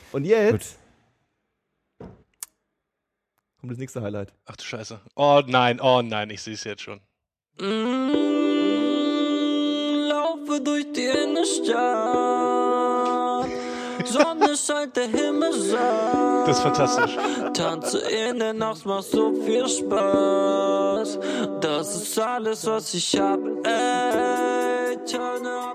Und jetzt kommt das nächste Highlight. Ach du Scheiße. Oh nein, ich sehe es jetzt schon. Laufe durch die Innenstadt, Sonne scheint, der Himmel sagt. Das ist fantastisch. Tanze in der Nacht, macht so viel Spaß. Das ist alles, was ich hab, ey, turn up.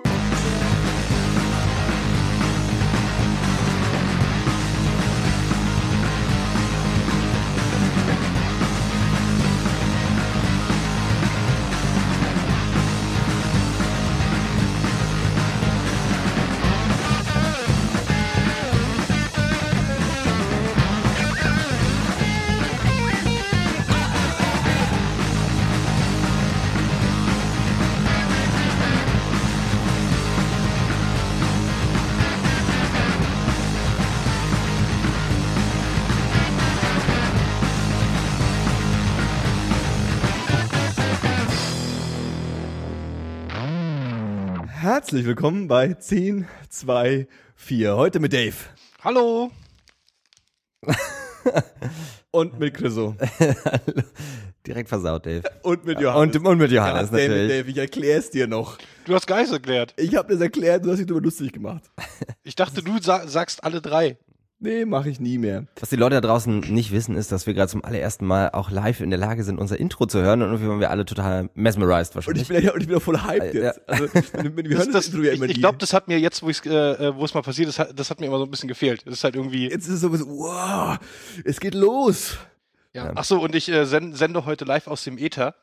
Herzlich willkommen bei 10, 2, 4. Heute mit Dave. Hallo. Und mit Chriso. Direkt versaut, Dave. Und mit Johannes. Und mit Johannes, natürlich. Dave, ich erklär's dir noch. Du hast gar nichts erklärt. Ich habe das erklärt, du hast dich darüber lustig gemacht. Ich dachte, du sagst alle drei. Nee, mache ich nie mehr. Was die Leute da draußen nicht wissen, ist, dass wir gerade zum allerersten Mal auch live in der Lage sind, unser Intro zu hören. Und irgendwie waren wir alle total mesmerized Und wahrscheinlich. ich bin ja voll hyped jetzt. Ja. Also, wir hören das Intro ja immer ich nie. glaube, das hat mir jetzt, wo es mal passiert ist, das hat mir immer so ein bisschen gefehlt. Das ist halt irgendwie. Jetzt ist es so, wow, es geht los. Ja. Ach so, und ich sende heute live aus dem Äther.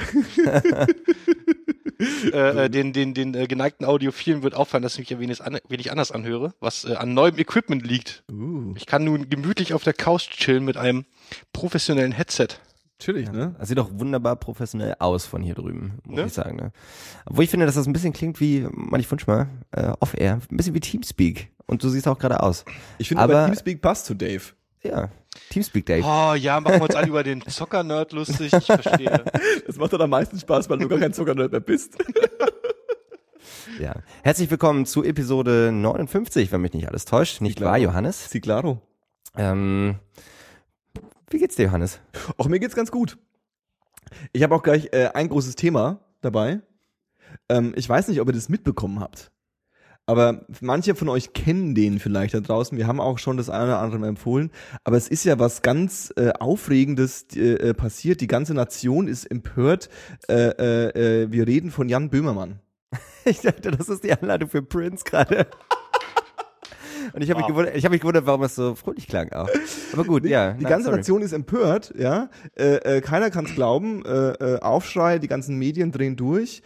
Den geneigten Audiophilen wird auffallen, dass ich mich ein wenig anders anhöre, was an neuem Equipment liegt. Ich kann nun gemütlich auf der Couch chillen mit einem professionellen Headset. Natürlich, ne? Das sieht doch wunderbar professionell aus von hier drüben, muss ich sagen. Ne? Obwohl ich finde, dass das ein bisschen klingt wie, ich wünsch mal, off-air, ein bisschen wie Teamspeak. Und du siehst auch gerade aus. Ich finde aber Teamspeak passt zu Dave. Ja, Teamspeak, Dave. Oh ja, machen wir uns alle über den Zocker-Nerd lustig, ich verstehe. Das macht doch am meisten Spaß, weil du gar kein Zocker-Nerd mehr bist. Ja. Herzlich willkommen zu Episode 59, wenn mich nicht alles täuscht. Nicht wahr, Johannes? Sí, claro. Wie geht's dir, Johannes? Auch mir geht's ganz gut. Ich habe auch gleich ein großes Thema dabei. Ich weiß nicht, ob ihr das mitbekommen habt. Aber manche von euch kennen den vielleicht da draußen. Wir haben auch schon das eine oder andere mal empfohlen. Aber es ist ja was ganz Aufregendes passiert. Die ganze Nation ist empört. Wir reden von Jan Böhmermann. Ich dachte, das ist die Anleitung für Prince gerade. Und ich habe mich gewundert, warum es so fröhlich klang auch. Aber gut, ja. Die ganze Nation ist empört, ja. Keiner kann es glauben. Aufschrei, die ganzen Medien drehen durch.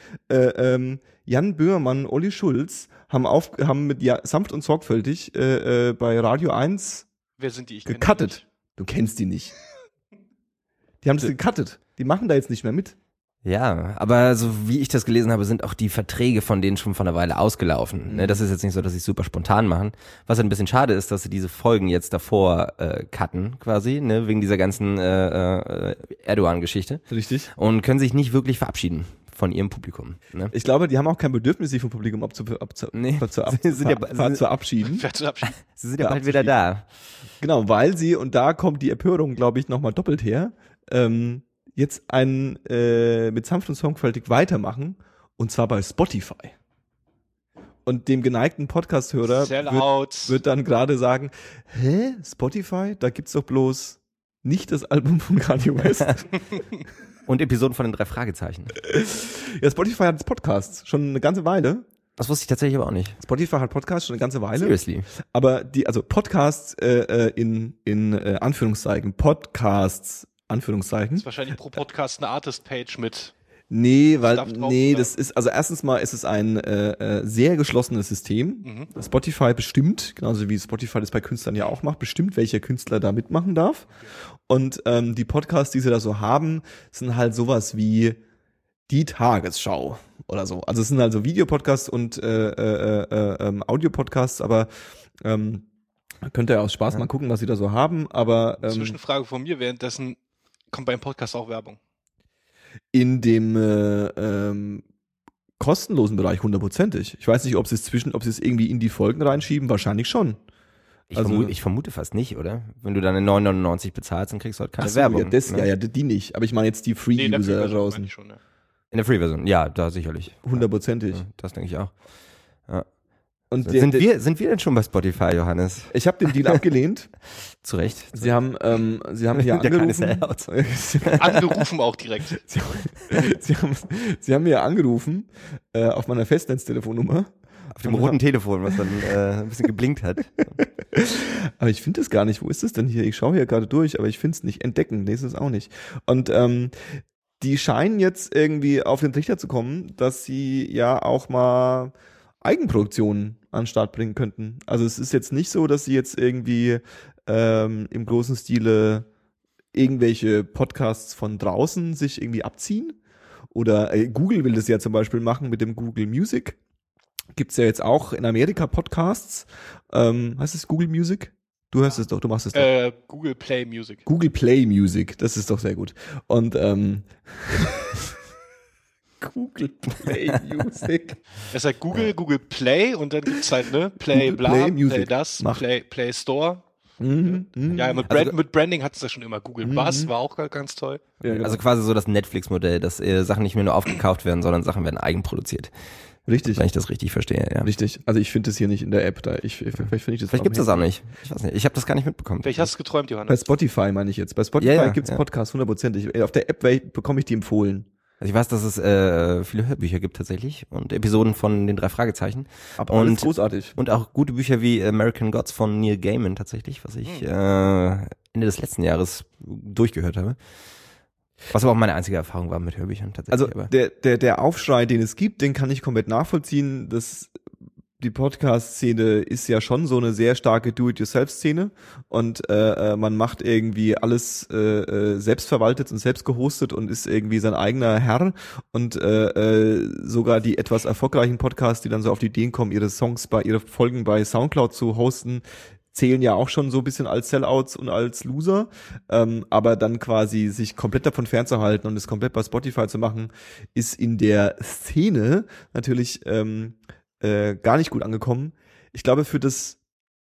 Jan Böhmermann, Olli Schulz haben mit sanft und sorgfältig bei Radio 1 Wer sind die? Ich gecuttet. Du kennst die nicht. Die haben das gecuttet. Die machen da jetzt nicht mehr mit. Ja, aber so wie ich das gelesen habe, sind auch die Verträge von denen schon vor einer Weile ausgelaufen. Ne, das ist jetzt nicht so, dass sie es super spontan machen. Was ein bisschen schade ist, dass sie diese Folgen jetzt davor cutten quasi, ne, wegen dieser ganzen Erdogan-Geschichte. Richtig. Und können sich nicht wirklich verabschieden von ihrem Publikum. Ne? Ich glaube, die haben auch kein Bedürfnis, sich vom Publikum verabschieden. Sie sind ja bald wieder da. Genau, weil sie, und da kommt die Empörung, glaube ich, nochmal doppelt her, jetzt mit sanft und sorgfältig weitermachen, und zwar bei Spotify. Und dem geneigten Podcast-Hörer wird dann gerade sagen, Spotify? Da gibt's doch bloß nicht das Album von Kanye West. Und Episoden von den 3 Fragezeichen. Ja, Spotify hat Podcasts schon eine ganze Weile. Das wusste ich tatsächlich aber auch nicht. Spotify hat Podcasts schon eine ganze Weile. Seriously. Aber Podcasts in Anführungszeichen, Anführungszeichen. Das ist wahrscheinlich pro Podcast eine Artist-Page mit. Das ist, also erstens mal ist es ein sehr geschlossenes System. Spotify bestimmt, genauso wie Spotify das bei Künstlern ja auch macht, bestimmt, welcher Künstler da mitmachen darf. Und die Podcasts, die sie da so haben, sind halt sowas wie die Tagesschau oder so. Also es sind halt so Videopodcasts und Audiopodcasts, aber könnt ihr aus Spaß mal gucken, was sie da so haben. Aber Zwischenfrage von mir, währenddessen kommt beim Podcast auch Werbung. In dem kostenlosen Bereich 100%. Ich weiß nicht, ob sie es irgendwie in die Folgen reinschieben, wahrscheinlich schon. Ich vermute fast nicht, oder? Wenn du dann 9,99 bezahlst, dann kriegst du halt keine so, Werbung. Ja, die nicht. Aber ich meine jetzt die Free-User da draußen. Schon, ja. In der Free-Version, ja, da sicherlich. 100%. Ja, das denke ich auch. Ja. Und Sind wir denn schon bei Spotify, Johannes? Ich habe den Deal abgelehnt. Zu Recht. Sie haben hier angerufen. Angerufen auch direkt. Sie haben mir angerufen auf meiner Festnetztelefonnummer. Auf dem roten Telefon, was dann ein bisschen geblinkt hat. Aber ich finde es gar nicht. Wo ist es denn hier? Ich schaue hier gerade durch, aber ich finde es nicht. Entdecken, nee, ist es auch nicht. Und die scheinen jetzt irgendwie auf den Trichter zu kommen, dass sie ja auch mal Eigenproduktionen an den Start bringen könnten. Also es ist jetzt nicht so, dass sie jetzt irgendwie im großen Stile irgendwelche Podcasts von draußen sich irgendwie abziehen. Oder Google will das ja zum Beispiel machen mit dem Google Music. Gibt's ja jetzt auch in Amerika Podcasts. Heißt es Google Music? Du hörst es doch, du machst es doch. Google Play Music. Google Play Music, das ist doch sehr gut. Und Google Play Music. Das ist halt Google Play und dann gibt's halt, ne, Play Google bla, Play Music. Play das, Play Store. Ja, Also mit Branding hat es ja schon immer. Google Buzz war auch ganz toll. Ja, genau. Also quasi so das Netflix-Modell, dass Sachen nicht mehr nur aufgekauft werden, sondern Sachen werden eigenproduziert. Richtig. Wenn ich das richtig verstehe, ja. Richtig. Also ich finde das hier nicht in der App. Vielleicht finde ich das. Vielleicht gibt's das auch nicht. Ich weiß nicht. Ich habe das gar nicht mitbekommen. Vielleicht hast du geträumt, Bei Johannes. Spotify meine ich jetzt. Bei Spotify Ja, gibt's ja. Podcasts 100%. Auf der App bekomme ich die empfohlen. Also ich weiß, dass es viele Hörbücher gibt tatsächlich und Episoden von den 3 Fragezeichen. Aber alles großartig. Und auch gute Bücher wie American Gods von Neil Gaiman tatsächlich, was ich Ende des letzten Jahres durchgehört habe. Was aber auch meine einzige Erfahrung war mit Hörbüchern tatsächlich. Also der Aufschrei, den es gibt, den kann ich komplett nachvollziehen. Die Podcast-Szene ist ja schon so eine sehr starke Do-it-yourself-Szene und man macht irgendwie alles selbstverwaltet und selbst gehostet und ist irgendwie sein eigener Herr und sogar die etwas erfolgreichen Podcasts, die dann so auf die Ideen kommen, ihre Folgen bei Soundcloud zu hosten, zählen ja auch schon so ein bisschen als Sellouts und als Loser, aber dann quasi sich komplett davon fernzuhalten und es komplett bei Spotify zu machen, ist in der Szene natürlich gar nicht gut angekommen. Ich glaube, für das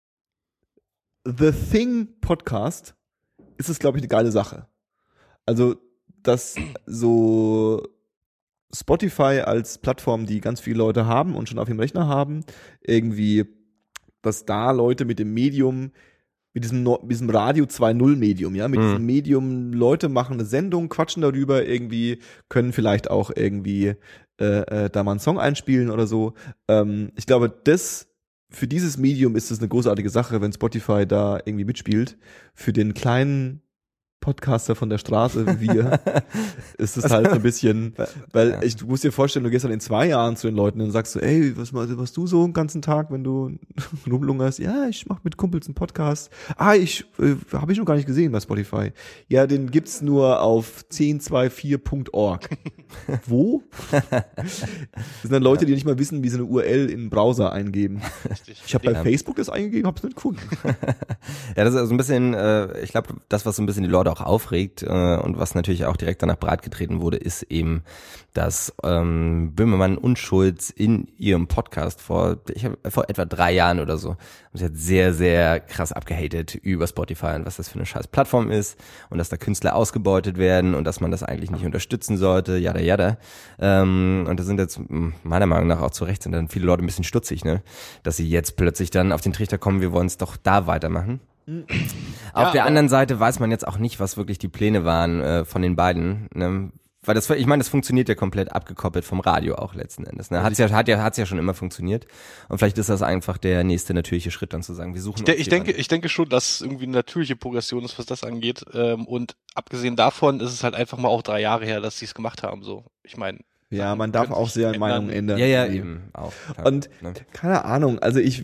The Thing Podcast ist es, glaube ich, eine geile Sache. Also, dass so Spotify als Plattform, die ganz viele Leute haben und schon auf ihrem Rechner haben, irgendwie, dass da Leute mit dem Medium, mit diesem Radio 2.0 Medium, ja, mit diesem Medium, Leute machen eine Sendung, quatschen darüber irgendwie, können vielleicht auch irgendwie da mal einen Song einspielen oder so. Ich glaube, für dieses Medium ist es eine großartige Sache, wenn Spotify da irgendwie mitspielt. Für den kleinen Podcaster von der Straße wie wir ist es halt so ein bisschen, weil du musst dir vorstellen, du gehst dann in 2 Jahren zu den Leuten und sagst so, ey, was machst du so den ganzen Tag, wenn du rumlungerst? Ja, ich mach mit Kumpels einen Podcast. Habe ich noch gar nicht gesehen bei Spotify. Ja, den gibt's nur auf 1024.org. Wo? Das sind dann Leute, die nicht mal wissen, wie sie eine URL in einen Browser eingeben. Richtig. Ich habe bei Facebook das eingegeben, hab's nicht gefunden. Ja, das ist so ein bisschen, ich glaube, das, was so ein bisschen die Leute auch aufregt und was natürlich auch direkt danach breitgetreten wurde, ist eben, dass Böhmermann und Schulz in ihrem Podcast vor etwa 3 Jahren oder so, haben sie halt sehr, sehr krass abgehatet über Spotify und was das für eine scheiß Plattform ist und dass da Künstler ausgebeutet werden und dass man das eigentlich nicht unterstützen sollte, yada yada. Und da sind jetzt meiner Meinung nach auch zu Recht sind dann viele Leute ein bisschen stutzig, ne, dass sie jetzt plötzlich dann auf den Trichter kommen, wir wollen es doch da weitermachen. Auf der anderen Seite weiß man jetzt auch nicht, was wirklich die Pläne waren von den beiden, ne? Weil das funktioniert ja komplett abgekoppelt vom Radio auch letzten Endes. Ne? Hat's ja schon immer funktioniert. Und vielleicht ist das einfach der nächste natürliche Schritt, dann zu sagen, wir suchen. Ich denke schon, dass es irgendwie eine natürliche Progression ist, was das angeht. Und abgesehen davon ist es halt einfach mal auch 3 Jahre her, dass sie es gemacht haben. So, ich meine. Ja, man darf auch sehr Meinungen ändern. Ja, eben auch. Klar, und ne? Keine Ahnung. Also ich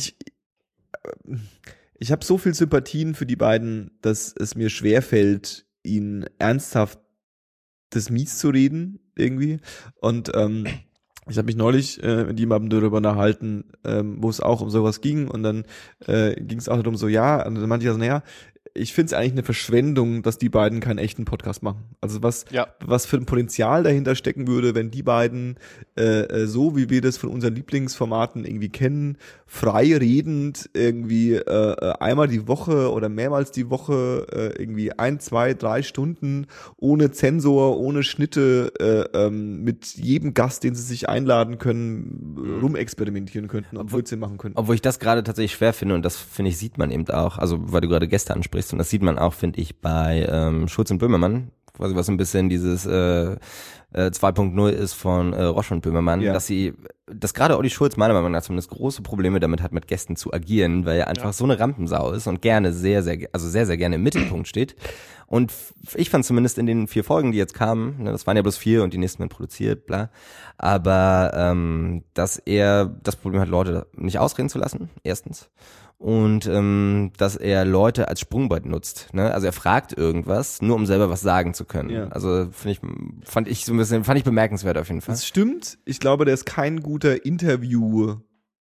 habe so viel Sympathien für die beiden, dass es mir schwerfällt, ihnen ernsthaft das mies zu reden irgendwie. Und ich habe mich neulich mit jemandem darüber unterhalten, wo es auch um sowas ging. Und dann ging es auch darum so, ja, und dann meinte ich also, naja, ich finde es eigentlich eine Verschwendung, dass die beiden keinen echten Podcast machen. Also was für ein Potenzial dahinter stecken würde, wenn die beiden so wie wir das von unseren Lieblingsformaten irgendwie kennen, frei redend irgendwie einmal die Woche oder mehrmals die Woche irgendwie 1, 2, 3 Stunden ohne Zensor, ohne Schnitte mit jedem Gast, den sie sich einladen können, rumexperimentieren könnten und Blödsinn machen könnten. Obwohl ich das gerade tatsächlich schwer finde und das, finde ich, sieht man eben auch, also weil du gerade Gäste ansprichst und das sieht man auch, finde ich, bei Schulz und Böhmermann, quasi was so ein bisschen dieses 2.0 ist von Roche und Böhmermann, dass gerade Olli Schulz meiner Meinung nach zumindest große Probleme damit hat, mit Gästen zu agieren, weil er einfach so eine Rampensau ist und gerne sehr, sehr gerne im Mittelpunkt steht. Und ich fand zumindest in den 4 Folgen, die jetzt kamen, ne, das waren ja bloß 4 und die nächsten werden produziert, bla, aber dass er das Problem hat, Leute nicht ausreden zu lassen, erstens. Und dass er Leute als Sprungbrett nutzt. Ne? Also er fragt irgendwas, nur um selber was sagen zu können. Ja. Also fand ich bemerkenswert auf jeden Fall. Das stimmt. Ich glaube, der ist kein guter Interviewer.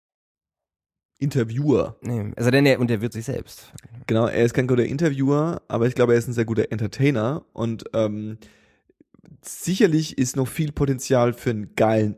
Nee, also und der wird sich selbst. Genau, er ist kein guter Interviewer, aber ich glaube, er ist ein sehr guter Entertainer und sicherlich ist noch viel Potenzial für ein geiles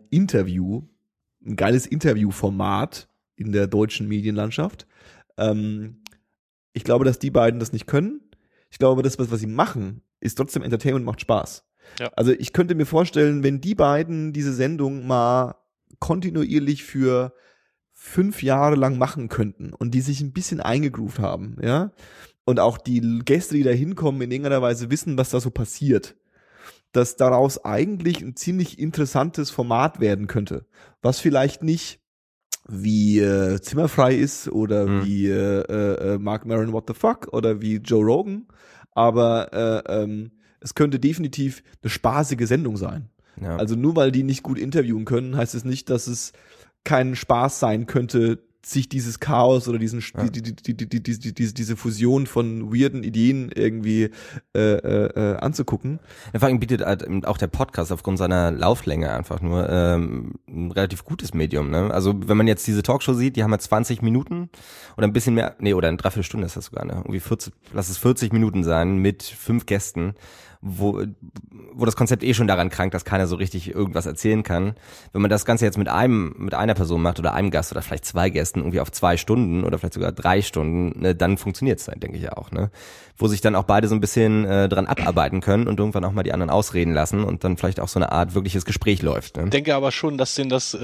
Interviewformat in der deutschen Medienlandschaft. Ich glaube, dass die beiden das nicht können. Ich glaube, das, was sie machen, ist trotzdem Entertainment, macht Spaß. Ja. Also ich könnte mir vorstellen, wenn die beiden diese Sendung mal kontinuierlich für 5 Jahre lang machen könnten und die sich ein bisschen eingegroovt haben, ja, und auch die Gäste, die da hinkommen, in irgendeiner Weise wissen, was da so passiert, dass daraus eigentlich ein ziemlich interessantes Format werden könnte, was vielleicht nicht wie Zimmerfrei ist oder wie Mark Maron What the Fuck oder wie Joe Rogan, aber es könnte definitiv eine spaßige Sendung sein. Ja. Also nur weil die nicht gut interviewen können, heißt es nicht, dass es kein Spaß sein könnte, sich dieses Chaos oder diese Fusion von weirden Ideen irgendwie anzugucken. Ja, vor allem bietet halt auch der Podcast aufgrund seiner Lauflänge einfach nur ein relativ gutes Medium. Ne? Also wenn man jetzt diese Talkshow sieht, die haben ja 20 Minuten oder ein bisschen mehr, oder eine Dreiviertelstunde ist das sogar, ne? Irgendwie 40 Minuten sein mit 5 Gästen, wo das Konzept schon daran krankt, dass keiner so richtig irgendwas erzählen kann. Wenn man das Ganze jetzt mit einer Person macht oder einem Gast oder vielleicht 2 Gästen irgendwie auf 2 Stunden oder vielleicht sogar 3 Stunden, ne, dann funktioniert's dann, denke ich ja auch, ne? Wo sich dann auch beide so ein bisschen dran abarbeiten können und irgendwann auch mal die anderen ausreden lassen und dann vielleicht auch so eine Art wirkliches Gespräch läuft. Ne? Ich denke aber schon, dass denen das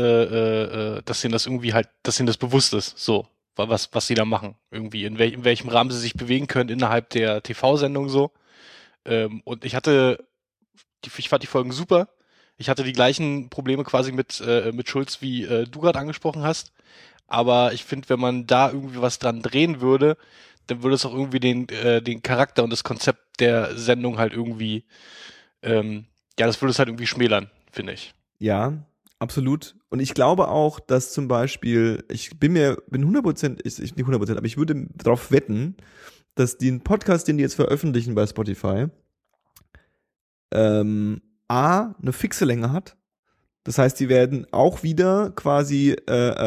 bewusst ist, so, was sie da machen. Irgendwie, in welchem Rahmen sie sich bewegen können innerhalb der TV-Sendung so. Und ich fand die Folgen super. Ich hatte die gleichen Probleme quasi mit Schulz, wie du gerade angesprochen hast. Aber ich finde, wenn man da irgendwie was dran drehen würde, dann würde es auch irgendwie den Charakter und das Konzept der Sendung halt irgendwie, das würde es halt irgendwie schmälern, finde ich. Ja, absolut. Und ich glaube auch, dass zum Beispiel, ich würde darauf wetten, dass den Podcast, den die jetzt veröffentlichen bei Spotify, eine fixe Länge hat. Das heißt, die werden auch wieder quasi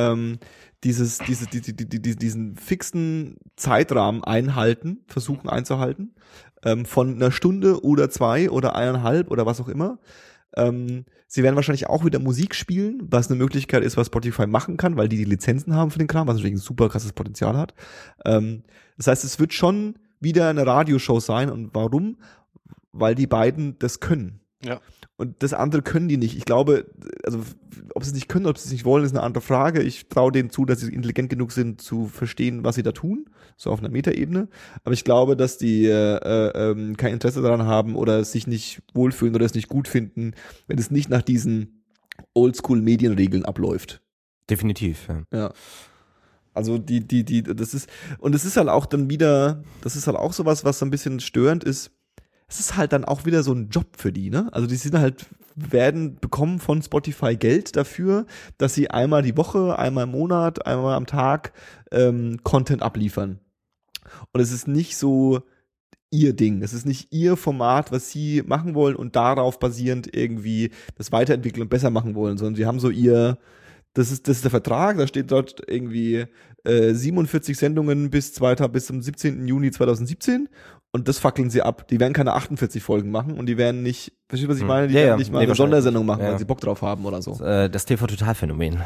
diesen fixen Zeitrahmen versuchen einzuhalten, von einer Stunde oder 2 oder 1,5 oder was auch immer. Sie werden wahrscheinlich auch wieder Musik spielen, was eine Möglichkeit ist, was Spotify machen kann, weil die Lizenzen haben für den Kram, was natürlich ein super krasses Potenzial hat. Das heißt, es wird schon wieder eine Radioshow sein. Und warum? Weil die beiden das können. Ja. Und das andere können die nicht. Ich glaube, also ob sie es nicht können, ob sie es nicht wollen, ist eine andere Frage. Ich traue denen zu, dass sie intelligent genug sind, zu verstehen, was sie da tun, so auf einer Metaebene. Aber ich glaube, dass die kein Interesse daran haben oder sich nicht wohlfühlen oder es nicht gut finden, wenn es nicht nach diesen Oldschool-Medienregeln abläuft. Definitiv, ja. Ja. Also das ist halt auch dann wieder, das ist halt auch sowas, was so ein bisschen störend ist. Es ist halt dann auch wieder so ein Job für die, ne? Also die bekommen von Spotify Geld dafür, dass sie einmal die Woche, einmal im Monat, einmal am Tag Content abliefern. Und es ist nicht so ihr Ding. Es ist nicht ihr Format, was sie machen wollen und darauf basierend irgendwie das weiterentwickeln und besser machen wollen, sondern sie haben so Das ist der Vertrag, da steht dort irgendwie 47 Sendungen bis zum 17. Juni 2017 und das fackeln sie ab. Die werden keine 48 Folgen machen und die werden nicht, verstehst du, was ich meine? Die Ja, werden ja. nicht mal Nee, eine Sondersendung machen, ja. weil sie Bock drauf haben oder so. Das TV-Total-Phänomen.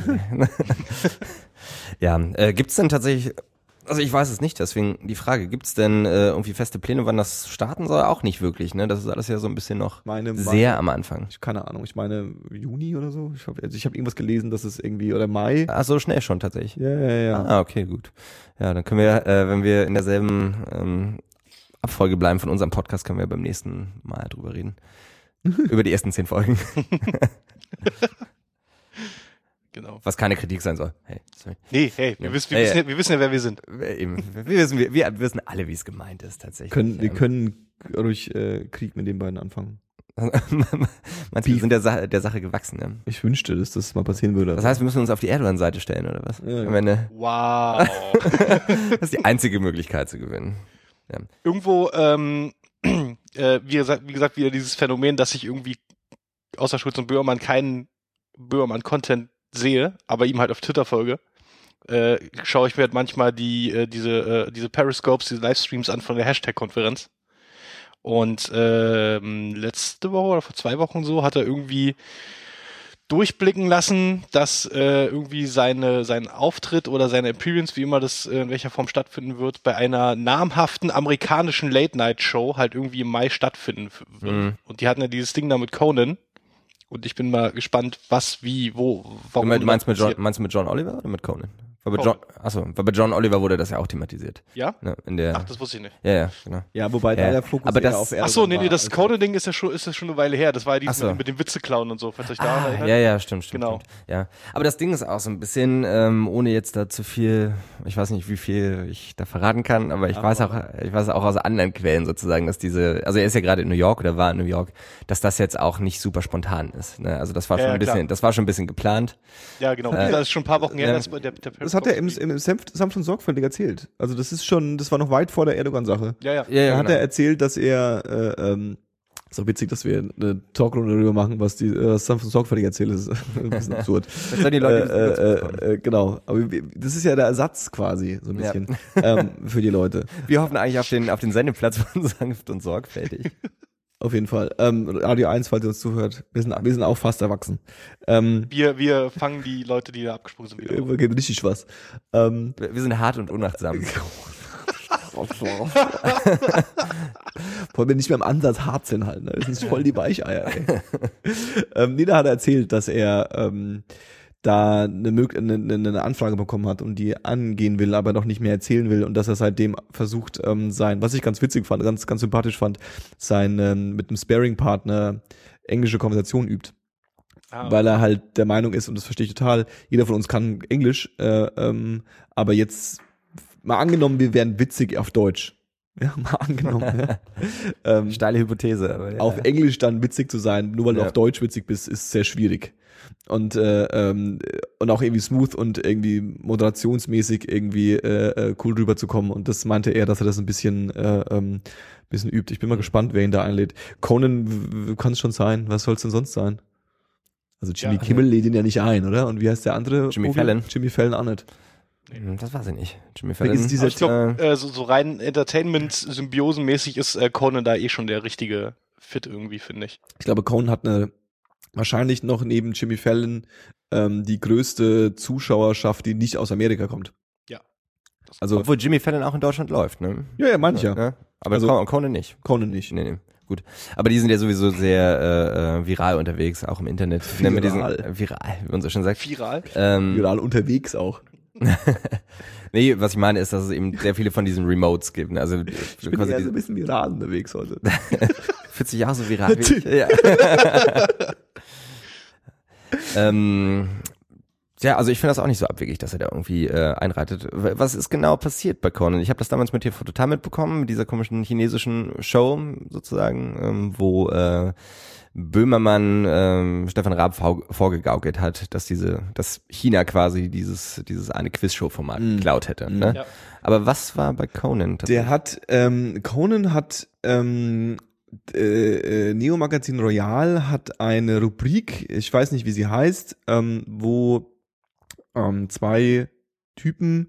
Ja, gibt's denn tatsächlich, also ich weiß es nicht, deswegen die Frage, gibt's denn irgendwie feste Pläne, wann das starten soll? Auch nicht wirklich, ne? Das ist alles ja so ein bisschen noch sehr am Anfang. Keine Ahnung, ich meine Juni oder so. Ich hab irgendwas gelesen, dass es irgendwie, oder Mai. Ach so, schnell schon tatsächlich. Ja. Ah, okay, gut. Ja, dann können wir, wenn wir in derselben Abfolge bleiben von unserem Podcast, können wir beim nächsten Mal drüber reden. Über die ersten 10 Folgen. Genau. Was keine Kritik sein soll. Hey, sorry. Nee, hey, wir wissen ja, wer wir sind. Eben, wir wissen alle, wie es gemeint ist tatsächlich. Wir können durch Krieg mit den beiden anfangen. Meinst du, wir sind der Sache gewachsen, ne? Ich wünschte, dass das mal passieren würde. Das heißt, wir müssen uns auf die Erdogan-Seite stellen, oder was? Ja. Am Ende. Wow. Das ist die einzige Möglichkeit zu gewinnen. Ja. Irgendwo, wie gesagt, wieder dieses Phänomen, dass ich irgendwie außer Schulz und Böhmermann keinen Böhmermann-Content sehe, aber ihm halt auf Twitter folge, schaue ich mir halt manchmal diese Periscopes, diese Livestreams an von der Hashtag-Konferenz. Und letzte Woche oder vor 2 Wochen so hat er irgendwie durchblicken lassen, dass irgendwie sein Auftritt oder seine Appearance, wie immer das in welcher Form stattfinden wird, bei einer namhaften amerikanischen Late-Night-Show halt irgendwie im Mai stattfinden wird. Mhm. Und die hatten ja dieses Ding da mit Conan. Und ich bin mal gespannt, was, wie, wo, warum. Du meinst das passiert. mit John Oliver oder mit Conan? Weil Conan. bei John Oliver wurde das ja auch thematisiert. Ja? Ne, in der, Ach, das wusste ich nicht. ja, genau. Ja, wobei da der Fokus aber eher das- auf Erdogan Ach so, nee, war, das als- Conan-Ding ist ja schon eine Weile her. Das war ja Ach so. mit dem Witze-Clown und so, falls euch daran erinnert. Ja, stimmt. Genau. Ja, aber das Ding ist auch so ein bisschen, ohne jetzt da zu viel, ich weiß nicht, wie viel ich da verraten kann, aber ich weiß auch aus anderen Quellen sozusagen, dass also er ist ja gerade in New York oder war in New York, dass das jetzt auch nicht super spontan ist. Ne? Also das war schon Ja, ein bisschen, klar. das war schon ein bisschen geplant. Ja, genau. Das ist schon ein paar Wochen her. ja. dass der Das hat er im sanft und sorgfältig erzählt. Also das war noch weit vor der Erdogan-Sache. Ja. Da hat genau. er erzählt, dass er, ist auch witzig, dass wir eine Talkrunde darüber machen, was sanft und sorgfältig erzählt, das ist ein bisschen absurd. Das sollen die Leute Genau, aber das ist ja der Ersatz quasi, so ein Ja. bisschen, für die Leute. Wir hoffen eigentlich auf den Sendeplatz von sanft und sorgfältig. Auf jeden Fall. Radio 1, falls ihr uns zuhört, wir sind auch fast erwachsen. Wir fangen die Leute, die da abgesprungen sind, wieder auf. Geht richtig was. Wir sind hart und unachtsam. Wollen wir nicht mehr im Ansatz hart sind halt, ne? Das sind voll die Weicheier, ey. Nina hat erzählt, dass er da eine Anfrage bekommen hat und die angehen will, aber noch nicht mehr erzählen will und dass er seitdem versucht, was ich ganz witzig fand, ganz sympathisch fand, mit einem Sparring-Partner englische Konversation übt. Weil er halt der Meinung ist, und das verstehe ich total, jeder von uns kann Englisch, aber jetzt mal angenommen, wir wären witzig auf Deutsch. Ja, mal angenommen. Ja. Steile Hypothese. Aber ja. Auf Englisch dann witzig zu sein, nur weil du Ja. auf Deutsch witzig bist, ist sehr schwierig. Und auch irgendwie smooth und irgendwie moderationsmäßig irgendwie cool rüberzukommen. Und das meinte er, dass er das ein bisschen übt. Ich bin mal gespannt, wer ihn da einlädt. Conan kann es schon sein. Was soll es denn sonst sein? Also Jimmy Kimmel lädt ihn ja nicht ein, oder? Und wie heißt der andere? Jimmy Fallon. Jimmy Fallon auch nicht. Das weiß ich nicht. Jimmy Vielleicht Fallon. ist dieser- Aber ich glaube, so rein Entertainment-Symbiosenmäßig ist Conan da eh schon der richtige Fit irgendwie, finde ich. Ich glaube, Conan hat wahrscheinlich noch neben Jimmy Fallon die größte Zuschauerschaft, die nicht aus Amerika kommt. Ja. Also, Obwohl Jimmy Fallon auch in Deutschland läuft, ne? ja, mancher. Ja. Aber Also- Conan nicht. Conan nicht. Nee. Gut. Aber die sind ja sowieso sehr viral unterwegs, auch im Internet. Nennen wir diesen viral, wie man so schon sagt. Viral. Viral unterwegs auch. Nee, was ich meine ist, dass es eben sehr viele von diesen Remotes gibt. Ne? Also Ich bin eher so ein bisschen viral unterwegs heute. fühlt sich auch so viral wie ich. Ja. Ja, also ich finde das auch nicht so abwegig, dass er da irgendwie einreitet. Was ist genau passiert bei Conan? Ich habe das damals mit TV Total mitbekommen, mit dieser komischen chinesischen Show sozusagen, wo Böhmermann Stefan Raab vorgegaukelt hat, dass China quasi dieses eine Quizshow-Format geklaut hätte. Ne? Ja. Aber was war bei Conan tatsächlich? Conan hat Neo Magazin Royal hat eine Rubrik, ich weiß nicht, wie sie heißt, wo 2 Typen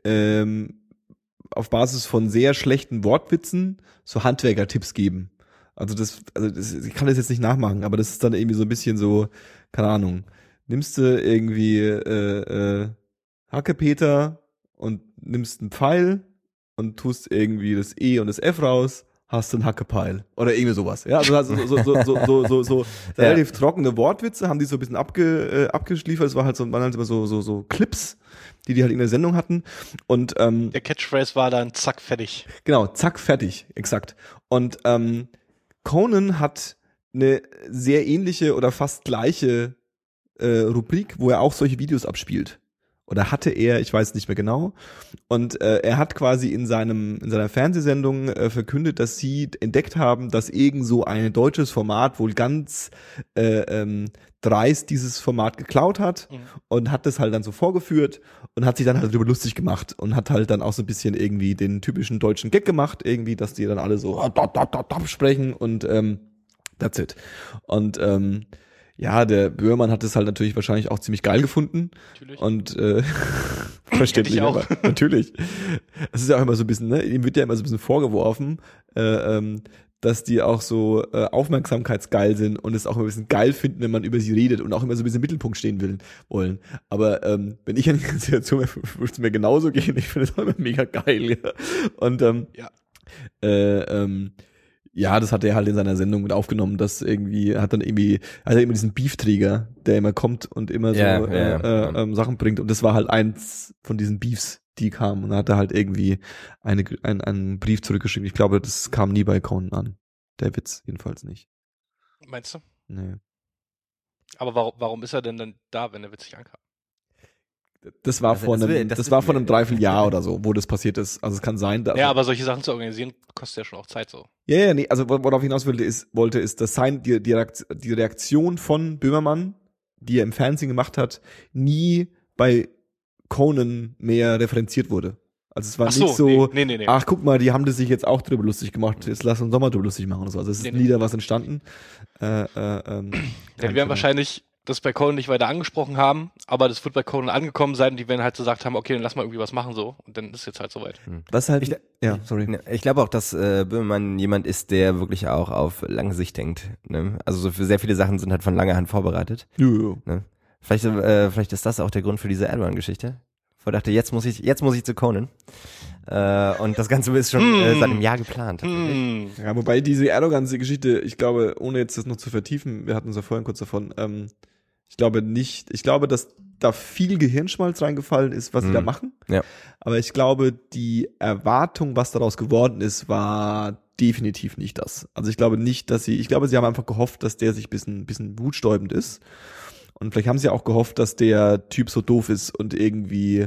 auf Basis von sehr schlechten Wortwitzen so Handwerker-Tipps geben. Also ich kann das jetzt nicht nachmachen, aber das ist dann irgendwie so ein bisschen so, keine Ahnung, nimmst du irgendwie Hackepeter und nimmst einen Pfeil und tust irgendwie das E und das F raus, hast du einen Hackepeil. Oder irgendwie sowas. Ja, also so relativ trockene Wortwitze haben die so ein bisschen abgeschliefert. Es war halt waren halt immer so Clips, die halt in der Sendung hatten. Und der Catchphrase war dann zack, fertig. Genau, zack, fertig, exakt. Und Conan hat eine sehr ähnliche oder fast gleiche Rubrik, wo er auch solche Videos abspielt. Oder hatte er, ich weiß nicht mehr genau. Und er hat quasi in seiner Fernsehsendung verkündet, dass sie entdeckt haben, dass irgend so ein deutsches Format wohl ganz dreist dieses Format geklaut hat und hat das halt dann so vorgeführt und hat sich dann halt darüber lustig gemacht und hat halt dann auch so ein bisschen irgendwie den typischen deutschen Gag gemacht, irgendwie, dass die dann alle so sprechen und that's it. Und ja, der Böhmermann hat es halt natürlich wahrscheinlich auch ziemlich geil gefunden. Natürlich. Und verständlich auch. aber, natürlich. Es ist ja auch immer so ein bisschen, ne, ihm wird ja immer so ein bisschen vorgeworfen, dass die auch so aufmerksamkeitsgeil sind und es auch immer ein bisschen geil finden, wenn man über sie redet und auch immer so ein bisschen im Mittelpunkt stehen wollen. Aber wenn ich an die Situation wäre, würde es mir genauso gehen. Ich finde es auch immer mega geil. Ja. Und ja, das hat er halt in seiner Sendung mit aufgenommen, dass irgendwie, hat er immer diesen Beefträger, der immer kommt und immer so Sachen bringt. Und das war halt eins von diesen Beefs, die kamen. Und da hat er halt irgendwie einen Brief zurückgeschrieben. Ich glaube, das kam nie bei Conan an. Der Witz jedenfalls nicht. Meinst du? Nee. Aber warum ist er denn dann da, wenn der Witz nicht ankam? Das war vor einem Dreivierteljahr oder so, wo das passiert ist. Also es kann sein, dass. Ja, aber solche Sachen zu organisieren, kostet ja schon auch Zeit so. Ja, nee, also worauf ich hinaus wollte, ist, dass die Reaktion von Böhmermann, die er im Fernsehen gemacht hat, nie bei Conan mehr referenziert wurde. Also es war nicht so, nee. Ach, guck mal, die haben das sich jetzt auch drüber lustig gemacht, jetzt lass uns doch mal drüber lustig machen oder so. Also es ist nie da was entstanden. Ja, die werden wahrscheinlich das bei Conan nicht weiter angesprochen haben, aber das wird bei Conan angekommen sein und die werden halt gesagt haben, okay, dann lass mal irgendwie was machen so und dann ist jetzt halt soweit. Was halt, Ich glaube auch, dass Böhmermann jemand ist, der wirklich auch auf lange Sicht denkt. Ne? Also so für sehr viele Sachen sind halt von langer Hand vorbereitet. Jo. Ne? Vielleicht ist das auch der Grund für diese Erdogan-Geschichte. Wo er dachte, jetzt muss ich zu Conan. Und das Ganze ist schon seit einem Jahr geplant. Ja, wobei diese Erdogan-Geschichte, ich glaube, ohne jetzt das noch zu vertiefen, wir hatten uns ja vorhin kurz davon, ich glaube, dass da viel Gehirnschmalz reingefallen ist, was sie da machen. Ja. Aber ich glaube, die Erwartung, was daraus geworden ist, war definitiv nicht das. Also ich glaube nicht, sie haben einfach gehofft, dass der sich ein bisschen wutstäubend ist. Und vielleicht haben sie auch gehofft, dass der Typ so doof ist und irgendwie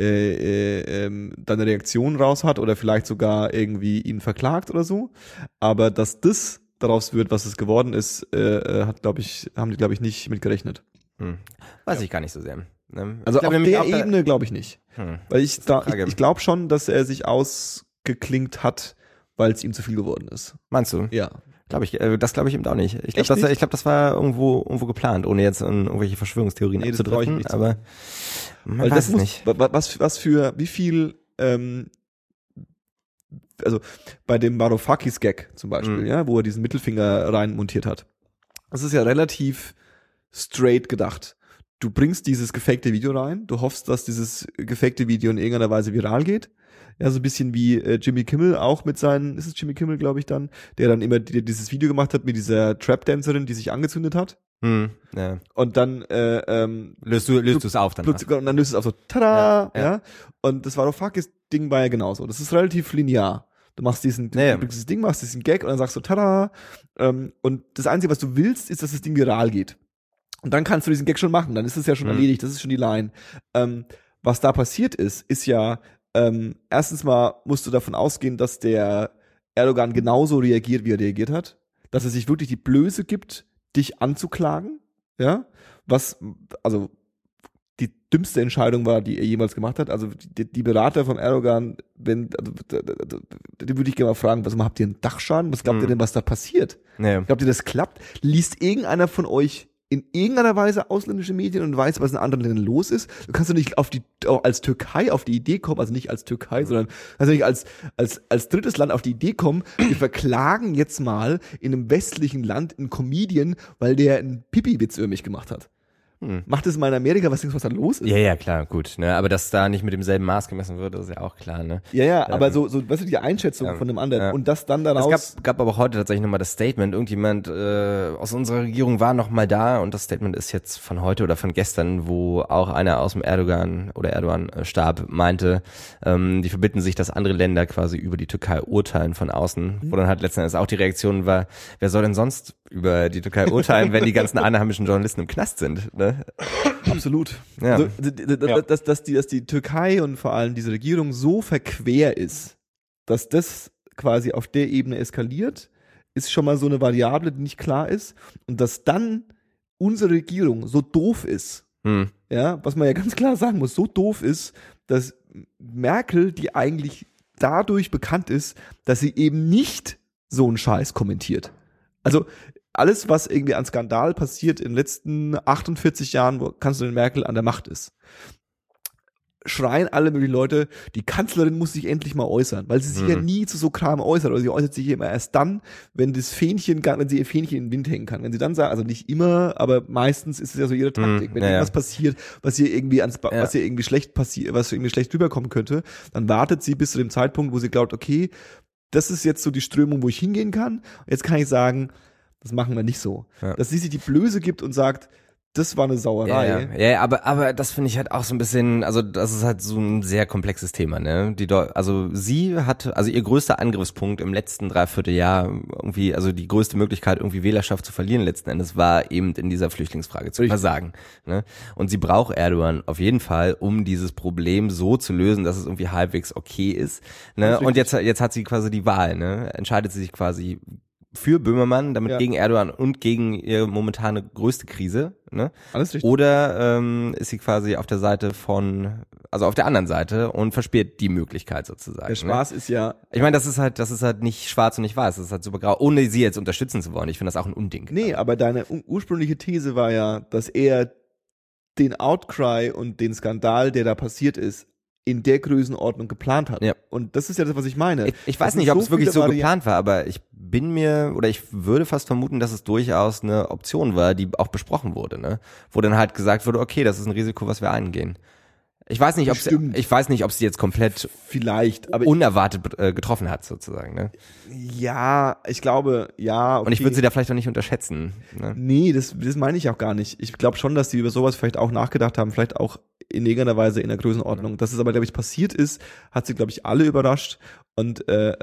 dann eine Reaktion raus hat oder vielleicht sogar irgendwie ihn verklagt oder so. Aber dass das daraus wird, was es geworden ist, haben die, glaube ich, nicht mit gerechnet. Weiß ich gar nicht so sehr. Ne? Also auf der Ebene glaube ich nicht. Weil ich glaube schon, dass er sich ausgeklinkt hat, weil es ihm zu viel geworden ist. Meinst du? Ja. Das glaube ich eben auch nicht. Ich glaube, das war irgendwo geplant, ohne jetzt in irgendwelche Verschwörungstheorien abzudrücken. Aber man weiß es nicht. Wie viel, also bei dem Varoufakis-Gag zum Beispiel, ja, wo er diesen Mittelfinger rein montiert hat. Das ist ja relativ straight gedacht. Du bringst dieses gefakte Video rein, du hoffst, dass dieses gefakte Video in irgendeiner Weise viral geht. Ja, so ein bisschen wie Jimmy Kimmel auch mit seinen, ist es Jimmy Kimmel, glaube ich dann, der dann immer dieses Video gemacht hat mit dieser Trap-Dancerin, die sich angezündet hat. Ja. Und dann löst du es auf dann. Und dann löst es auf so, tada, ja. Und das Varoufakis-Ding war ja genauso. Das ist relativ linear. Du machst du bringst dieses Ding, machst diesen Gag und dann sagst du, tada. Und das Einzige, was du willst, ist, dass das Ding viral geht. Und dann kannst du diesen Gag schon machen. Dann ist es ja schon erledigt. Das ist schon die Line. Was da passiert ist ja, erstens mal musst du davon ausgehen, dass der Erdogan genauso reagiert, wie er reagiert hat. Dass er sich wirklich die Blöße gibt, dich anzuklagen. Ja. Also die dümmste Entscheidung war, die er jemals gemacht hat. Also die Berater von Erdogan, die würde ich gerne mal fragen, habt ihr einen Dachschaden? Was glaubt ihr denn, was da passiert? Ja. Glaubt ihr, das klappt? Liest irgendeiner von euch in irgendeiner Weise ausländische Medien und weißt, was in anderen Ländern los ist. Du kannst doch nicht als Türkei auf die Idee kommen, also nicht als Türkei, sondern also nicht als drittes Land auf die Idee kommen, wir verklagen jetzt mal in einem westlichen Land einen Comedian, weil der einen Pipi-Witz über mich gemacht hat. Macht es mal in Amerika, was da los ist? Ja, klar, gut. Ne? Aber dass da nicht mit demselben Maß gemessen wird, ist ja auch klar. Ne? Ja, aber so weißt du, die Einschätzung von einem anderen und das dann daraus... Es gab aber auch heute tatsächlich nochmal das Statement, irgendjemand aus unserer Regierung war nochmal da und das Statement ist jetzt von heute oder von gestern, wo auch einer aus dem Erdogan-Stab meinte, die verbitten sich, dass andere Länder quasi über die Türkei urteilen von außen, wo dann halt letzten Endes auch die Reaktion war, wer soll denn sonst über die Türkei urteilen, wenn die ganzen einheimischen Journalisten im Knast sind, ne? Absolut. Ja. Also, dass die Türkei und vor allem diese Regierung so verquer ist, dass das quasi auf der Ebene eskaliert, ist schon mal so eine Variable, die nicht klar ist. Und dass dann unsere Regierung so doof ist, ja, was man ja ganz klar sagen muss, so doof ist, dass Merkel, die eigentlich dadurch bekannt ist, dass sie eben nicht so einen Scheiß kommentiert. Also alles, was irgendwie an Skandal passiert in den letzten 48 Jahren, wo Kanzlerin Merkel an der Macht ist, schreien alle möglichen Leute, die Kanzlerin muss sich endlich mal äußern, weil sie sich ja nie zu so Kram äußert, oder sie äußert sich immer erst dann, wenn sie ihr Fähnchen in den Wind hängen kann. Wenn sie dann sagt, also nicht immer, aber meistens ist es ja so ihre Taktik. Wenn irgendwas passiert, was ihr irgendwie schlecht passiert, was irgendwie schlecht rüberkommen könnte, dann wartet sie bis zu dem Zeitpunkt, wo sie glaubt, okay, das ist jetzt so die Strömung, wo ich hingehen kann. Jetzt kann ich sagen, das machen wir nicht so. Ja. Dass sie sich die Blöße gibt und sagt, das war eine Sauerei. Ja, aber das finde ich halt auch so ein bisschen, also das ist halt so ein sehr komplexes Thema, ne? Also ihr größter Angriffspunkt im letzten Dreivierteljahr irgendwie, also die größte Möglichkeit, irgendwie Wählerschaft zu verlieren letzten Endes, war eben in dieser Flüchtlingsfrage zu versagen, ne? Und sie braucht Erdogan auf jeden Fall, um dieses Problem so zu lösen, dass es irgendwie halbwegs okay ist, ne? Und jetzt hat sie quasi die Wahl, ne? Entscheidet sie sich quasi für Böhmermann, damit gegen Erdogan und gegen ihre momentane größte Krise, ne? Alles richtig. Oder ist sie quasi auf der Seite auf der anderen Seite und versperrt die Möglichkeit sozusagen. Der Spaß ist ja... Ich meine, das ist halt nicht schwarz und nicht weiß, das ist halt super grau, ohne sie jetzt unterstützen zu wollen. Ich finde das auch ein Unding. Nee, aber deine ursprüngliche These war ja, dass er den Outcry und den Skandal, der da passiert ist, in der Größenordnung geplant hat. Ja. Und das ist ja das, was ich meine. Ich weiß nicht, ob es wirklich so geplant war, aber ich würde fast vermuten, dass es durchaus eine Option war, die auch besprochen wurde, ne? Wo dann halt gesagt wurde, okay, das ist ein Risiko, was wir eingehen. Ich weiß nicht, ob sie jetzt komplett vielleicht, aber unerwartet getroffen hat, sozusagen, ne? Ja, ich glaube, ja. Okay. Und ich würde sie da vielleicht auch nicht unterschätzen. Ne? Nee, das meine ich auch gar nicht. Ich glaube schon, dass sie über sowas vielleicht auch nachgedacht haben, vielleicht auch in irgendeiner Weise in der Größenordnung. Dass es aber, glaube ich, passiert ist, hat sie, glaube ich, alle überrascht. Und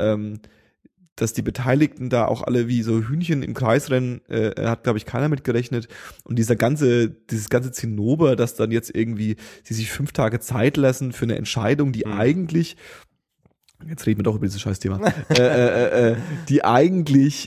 dass die Beteiligten da auch alle wie so Hühnchen im Kreis rennen, hat, glaube ich, keiner mitgerechnet. Und dieses ganze Zinnober, dass dann jetzt irgendwie sie sich 5 Tage Zeit lassen für eine Entscheidung, die eigentlich, jetzt reden wir doch über dieses Scheißthema, die eigentlich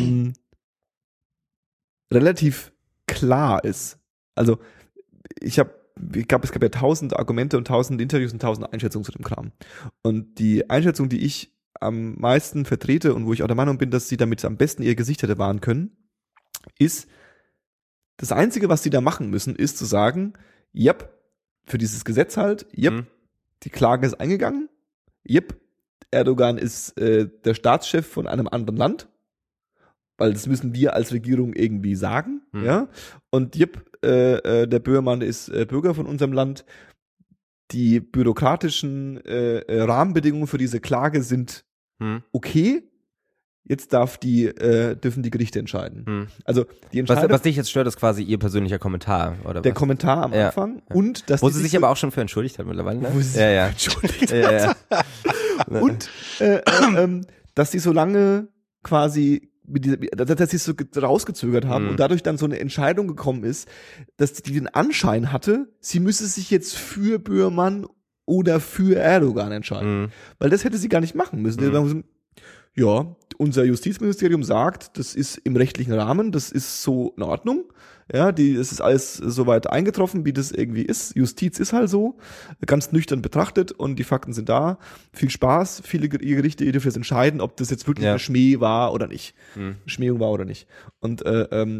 relativ klar ist. Also es gab ja 1000 Argumente und 1000 Interviews und 1000 Einschätzungen zu dem Kram. Und die Einschätzung, die ich am meisten vertrete und wo ich auch der Meinung bin, dass sie damit am besten ihr Gesicht hätte wahren können, ist, das Einzige, was sie da machen müssen, ist zu sagen, für dieses Gesetz halt, die Klage ist eingegangen, Erdogan ist der Staatschef von einem anderen Land, weil das müssen wir als Regierung irgendwie sagen, ja, und der Böhmermann ist Bürger von unserem Land. Die bürokratischen Rahmenbedingungen für diese Klage sind okay. Jetzt dürfen die Gerichte entscheiden. Also die Entscheidung. Was dich jetzt stört, ist quasi ihr persönlicher Kommentar, oder der was? Kommentar am Anfang und dass wo sie sich aber auch schon für entschuldigt hat mittlerweile. Ne? Wo sie sich entschuldigt hat. Und dass sie so lange quasi dass sie es so rausgezögert haben und dadurch dann so eine Entscheidung gekommen ist, dass die den Anschein hatte, sie müsse sich jetzt für Böhmermann oder für Erdogan entscheiden. Weil das hätte sie gar nicht machen müssen. Ja, unser Justizministerium sagt, das ist im rechtlichen Rahmen, das ist so in Ordnung. Ja, es ist alles soweit eingetroffen, wie das irgendwie ist. Justiz ist halt so, ganz nüchtern betrachtet und die Fakten sind da. Viel Spaß, viele Gerichte, ihr dürft jetzt entscheiden, ob das jetzt wirklich eine Schmäh war oder nicht. Schmähung war oder nicht. Und das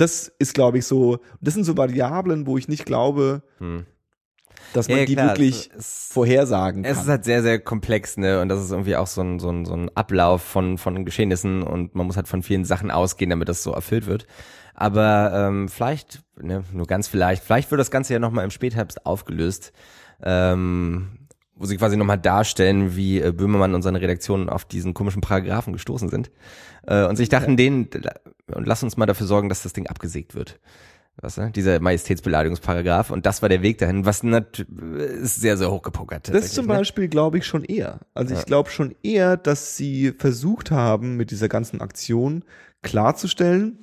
das ist, glaube ich, so, das sind so Variablen, wo ich nicht glaube, dass man die klar, wirklich vorhersagen kann. Es ist halt sehr, sehr komplex, ne? Und das ist irgendwie auch so ein Ablauf von Geschehnissen und man muss halt von vielen Sachen ausgehen, damit das so erfüllt wird. Aber vielleicht, ne, nur ganz vielleicht wird das Ganze ja nochmal im Spätherbst aufgelöst, wo sie quasi nochmal darstellen, wie Böhmermann und seine Redaktion auf diesen komischen Paragraphen gestoßen sind. Und sich dachten, lass uns mal dafür sorgen, dass das Ding abgesägt wird. Was, ne? Dieser Majestätsbeleidigungsparagraph. Und das war der Weg dahin, was ist sehr, sehr hochgepokert. Das zum Beispiel glaube ich schon eher. Also ich glaube schon eher, dass sie versucht haben, mit dieser ganzen Aktion klarzustellen,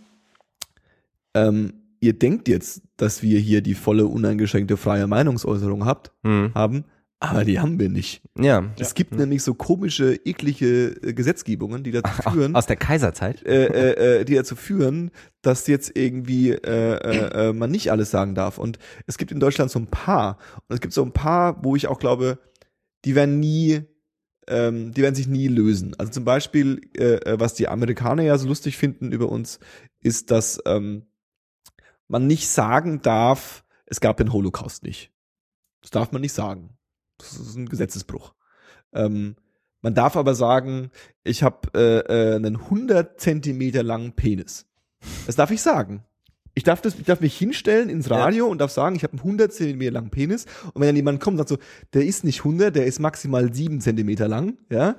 ihr denkt jetzt, dass wir hier die volle, uneingeschränkte freie Meinungsäußerung haben, aber die haben wir nicht. Ja. Es gibt nämlich so komische, eklige Gesetzgebungen, die dazu führen. Aus der Kaiserzeit? Die dazu führen, dass jetzt irgendwie man nicht alles sagen darf. Und es gibt in Deutschland so ein paar. Und es gibt so ein paar, wo ich auch glaube, die werden sich nie lösen. Also zum Beispiel, was die Amerikaner ja so lustig finden über uns, ist, dass man nicht sagen darf, es gab den Holocaust nicht. Das darf man nicht sagen. Das ist ein Gesetzesbruch. Man darf aber sagen, ich habe einen 100 Zentimeter langen Penis. Das darf ich sagen. Ich darf mich hinstellen ins Radio und darf sagen, ich habe einen 100 Zentimeter langen Penis. Und wenn dann jemand kommt und sagt so, der ist nicht 100, der ist maximal 7 Zentimeter lang, ja,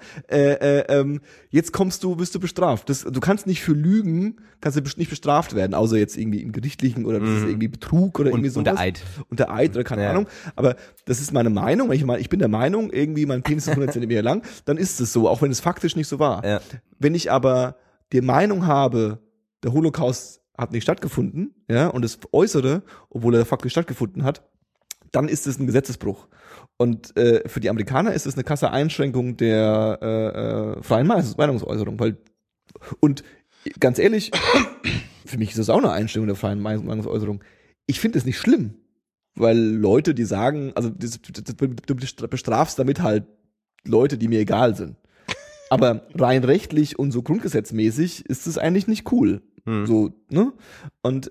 jetzt bist du bestraft. Du kannst nicht für Lügen, nicht bestraft werden, außer jetzt irgendwie im Gerichtlichen oder das ist irgendwie Betrug oder irgendwie sowas. Unter Eid oder keine Ahnung. Aber das ist meine Meinung. Ich bin der Meinung, irgendwie mein Penis ist 100 Zentimeter lang, dann ist es so, auch wenn es faktisch nicht so war. Ja. Wenn ich aber die Meinung habe, der Holocaust hat nicht stattgefunden, ja, und es äußere, obwohl er faktisch stattgefunden hat, dann ist es ein Gesetzesbruch. Und für die Amerikaner ist es eine krasse Einschränkung der freien Meinungsäußerung, und ganz ehrlich, für mich ist das auch eine Einschränkung der freien Meinungsäußerung. Ich finde es nicht schlimm, weil Leute, die sagen, also du bestrafst damit halt Leute, die mir egal sind. Aber rein rechtlich und so grundgesetzmäßig ist es eigentlich nicht cool. So, ne? Und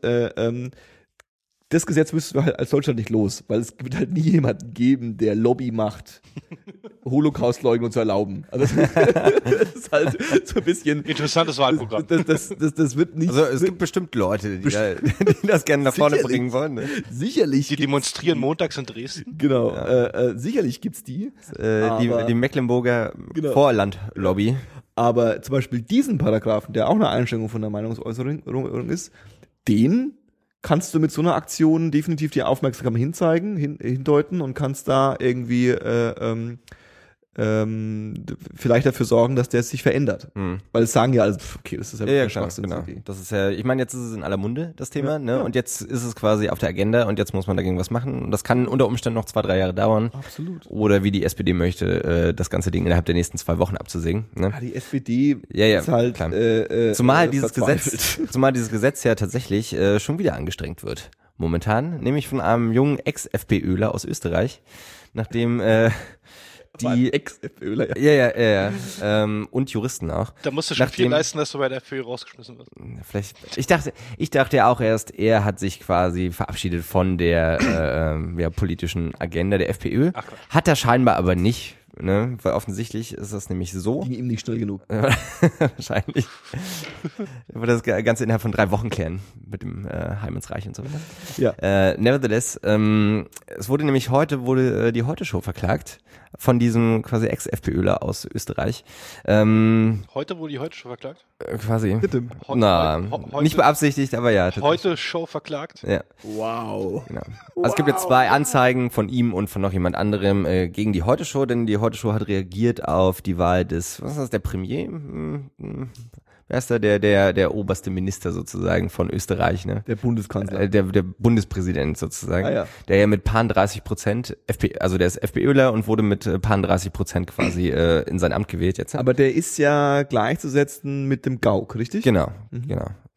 das Gesetz müssten wir halt als Deutschland nicht los, weil es wird halt nie jemanden geben, der Lobby macht, Holocaustleugnung zu erlauben. Also das ist halt so ein bisschen interessantes Wahlprogramm. Das wird nicht. Also es gibt bestimmt Leute, die das gerne nach vorne bringen wollen. Ne? Sicherlich. Die demonstrieren montags in Dresden. Genau. Ja. Sicherlich gibt's die. Die Mecklenburger Vorlandlobby. Aber zum Beispiel diesen Paragraphen, der auch eine Einschränkung von der Meinungsäußerung ist, den kannst du mit so einer Aktion definitiv die Aufmerksamkeit hindeuten und kannst da irgendwie vielleicht dafür sorgen, dass der sich verändert. Weil es sagen ja alle, okay, das ist ja Schwachsinn. Genau. Das ist ja, ich meine, jetzt ist es in aller Munde, das Thema, ne? Ja. Und jetzt ist es quasi auf der Agenda und jetzt muss man dagegen was machen. Und das kann unter Umständen noch 2-3 Jahre dauern. Absolut. Oder wie die SPD möchte, das ganze Ding innerhalb der nächsten 2 Wochen abzusägen. Ne? Ja, die SPD ist halt zumal dieses Gesetz ja tatsächlich schon wieder angestrengt wird. Momentan, nämlich von einem jungen Ex-FPÖler aus Österreich, nachdem die Ex-FPÖler, ja. Und Juristen auch. Da musst du schon viel leisten, dass du bei der FPÖ rausgeschmissen wirst. Vielleicht. Ich dachte ja auch erst, er hat sich quasi verabschiedet von der politischen Agenda der FPÖ. Ach, hat er scheinbar aber nicht. Ne? Weil offensichtlich ist das nämlich so. Ging ihm nicht schnell genug. Wahrscheinlich. Er würde das Ganze innerhalb von 3 Wochen klären. Mit dem Heim ins Reich und so weiter. Ja. Nevertheless, es wurde nämlich die Heute-Show verklagt von diesem quasi Ex-FPÖler aus Österreich. Heute wurde die Heute-Show verklagt? Quasi. Bitte. Nicht beabsichtigt, aber ja. Heute-Show verklagt? Ja. Wow. Genau. Also es gibt jetzt 2 Anzeigen von ihm und von noch jemand anderem gegen die Heute-Show, denn die Heute-Show hat reagiert auf die Wahl des, was ist das, der Premier? Wer ist da der oberste Minister sozusagen von Österreich, ne? Der Bundeskanzler. Der Bundespräsident sozusagen. Ah, ja. Der ja mit 30%, also der ist FPÖler und wurde mit 30% quasi in sein Amt gewählt jetzt. Aber der ist ja gleichzusetzen mit dem Gauck, richtig? Genau, genau.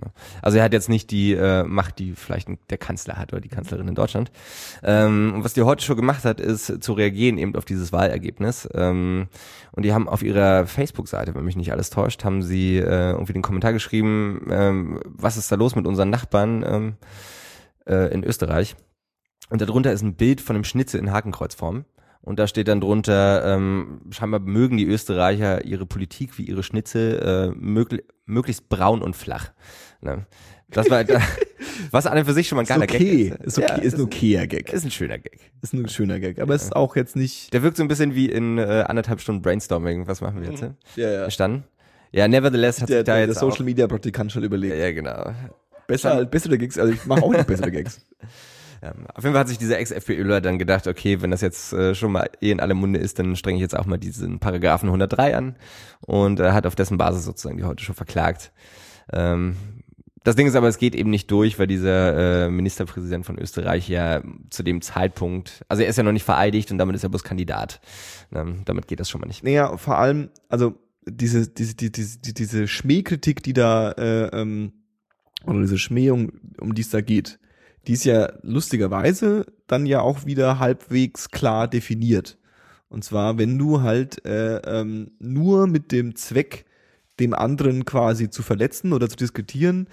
Also er hat jetzt nicht die Macht, die vielleicht der Kanzler hat oder die Kanzlerin in Deutschland. Und was die heute schon gemacht hat, ist zu reagieren eben auf dieses Wahlergebnis. Und die haben auf ihrer Facebook-Seite, wenn mich nicht alles täuscht, haben sie irgendwie den Kommentar geschrieben, was ist da los mit unseren Nachbarn in Österreich. Und darunter ist ein Bild von einem Schnitzel in Hakenkreuzform. Und da steht dann drunter, scheinbar mögen die Österreicher ihre Politik wie ihre Schnitzel möglichst braun und flach. Ne? Das war was an und für sich schon mal ein geiler Gag ist. Ist ein okayer Gag. Ist ein schöner Gag. Ist ein schöner Gag, aber es ist auch jetzt nicht... Der wirkt so ein bisschen wie in 1,5 Stunden Brainstorming. Was machen wir jetzt? Ja. Verstanden? Ja, nevertheless hat sich da der jetzt Social Media Praktikant schon überlegt. Ja, genau. Bessere Gags, also ich mache auch nicht bessere Gags. Auf jeden Fall hat sich dieser Ex-FPÖler dann gedacht, okay, wenn das jetzt schon mal in aller Munde ist, dann strenge ich jetzt auch mal diesen Paragraphen 103 an und hat auf dessen Basis sozusagen die heute schon verklagt. Das Ding ist aber, es geht eben nicht durch, weil dieser Ministerpräsident von Österreich ja zu dem Zeitpunkt, also er ist ja noch nicht vereidigt und damit ist er bloß Kandidat. Damit geht das schon mal nicht. Naja, vor allem, also diese Schmähkritik, die da, oder diese Schmähung, um die es da geht, die ist ja lustigerweise dann ja auch wieder halbwegs klar definiert. Und zwar, wenn du halt nur mit dem Zweck, dem anderen quasi zu verletzen oder zu diskutieren,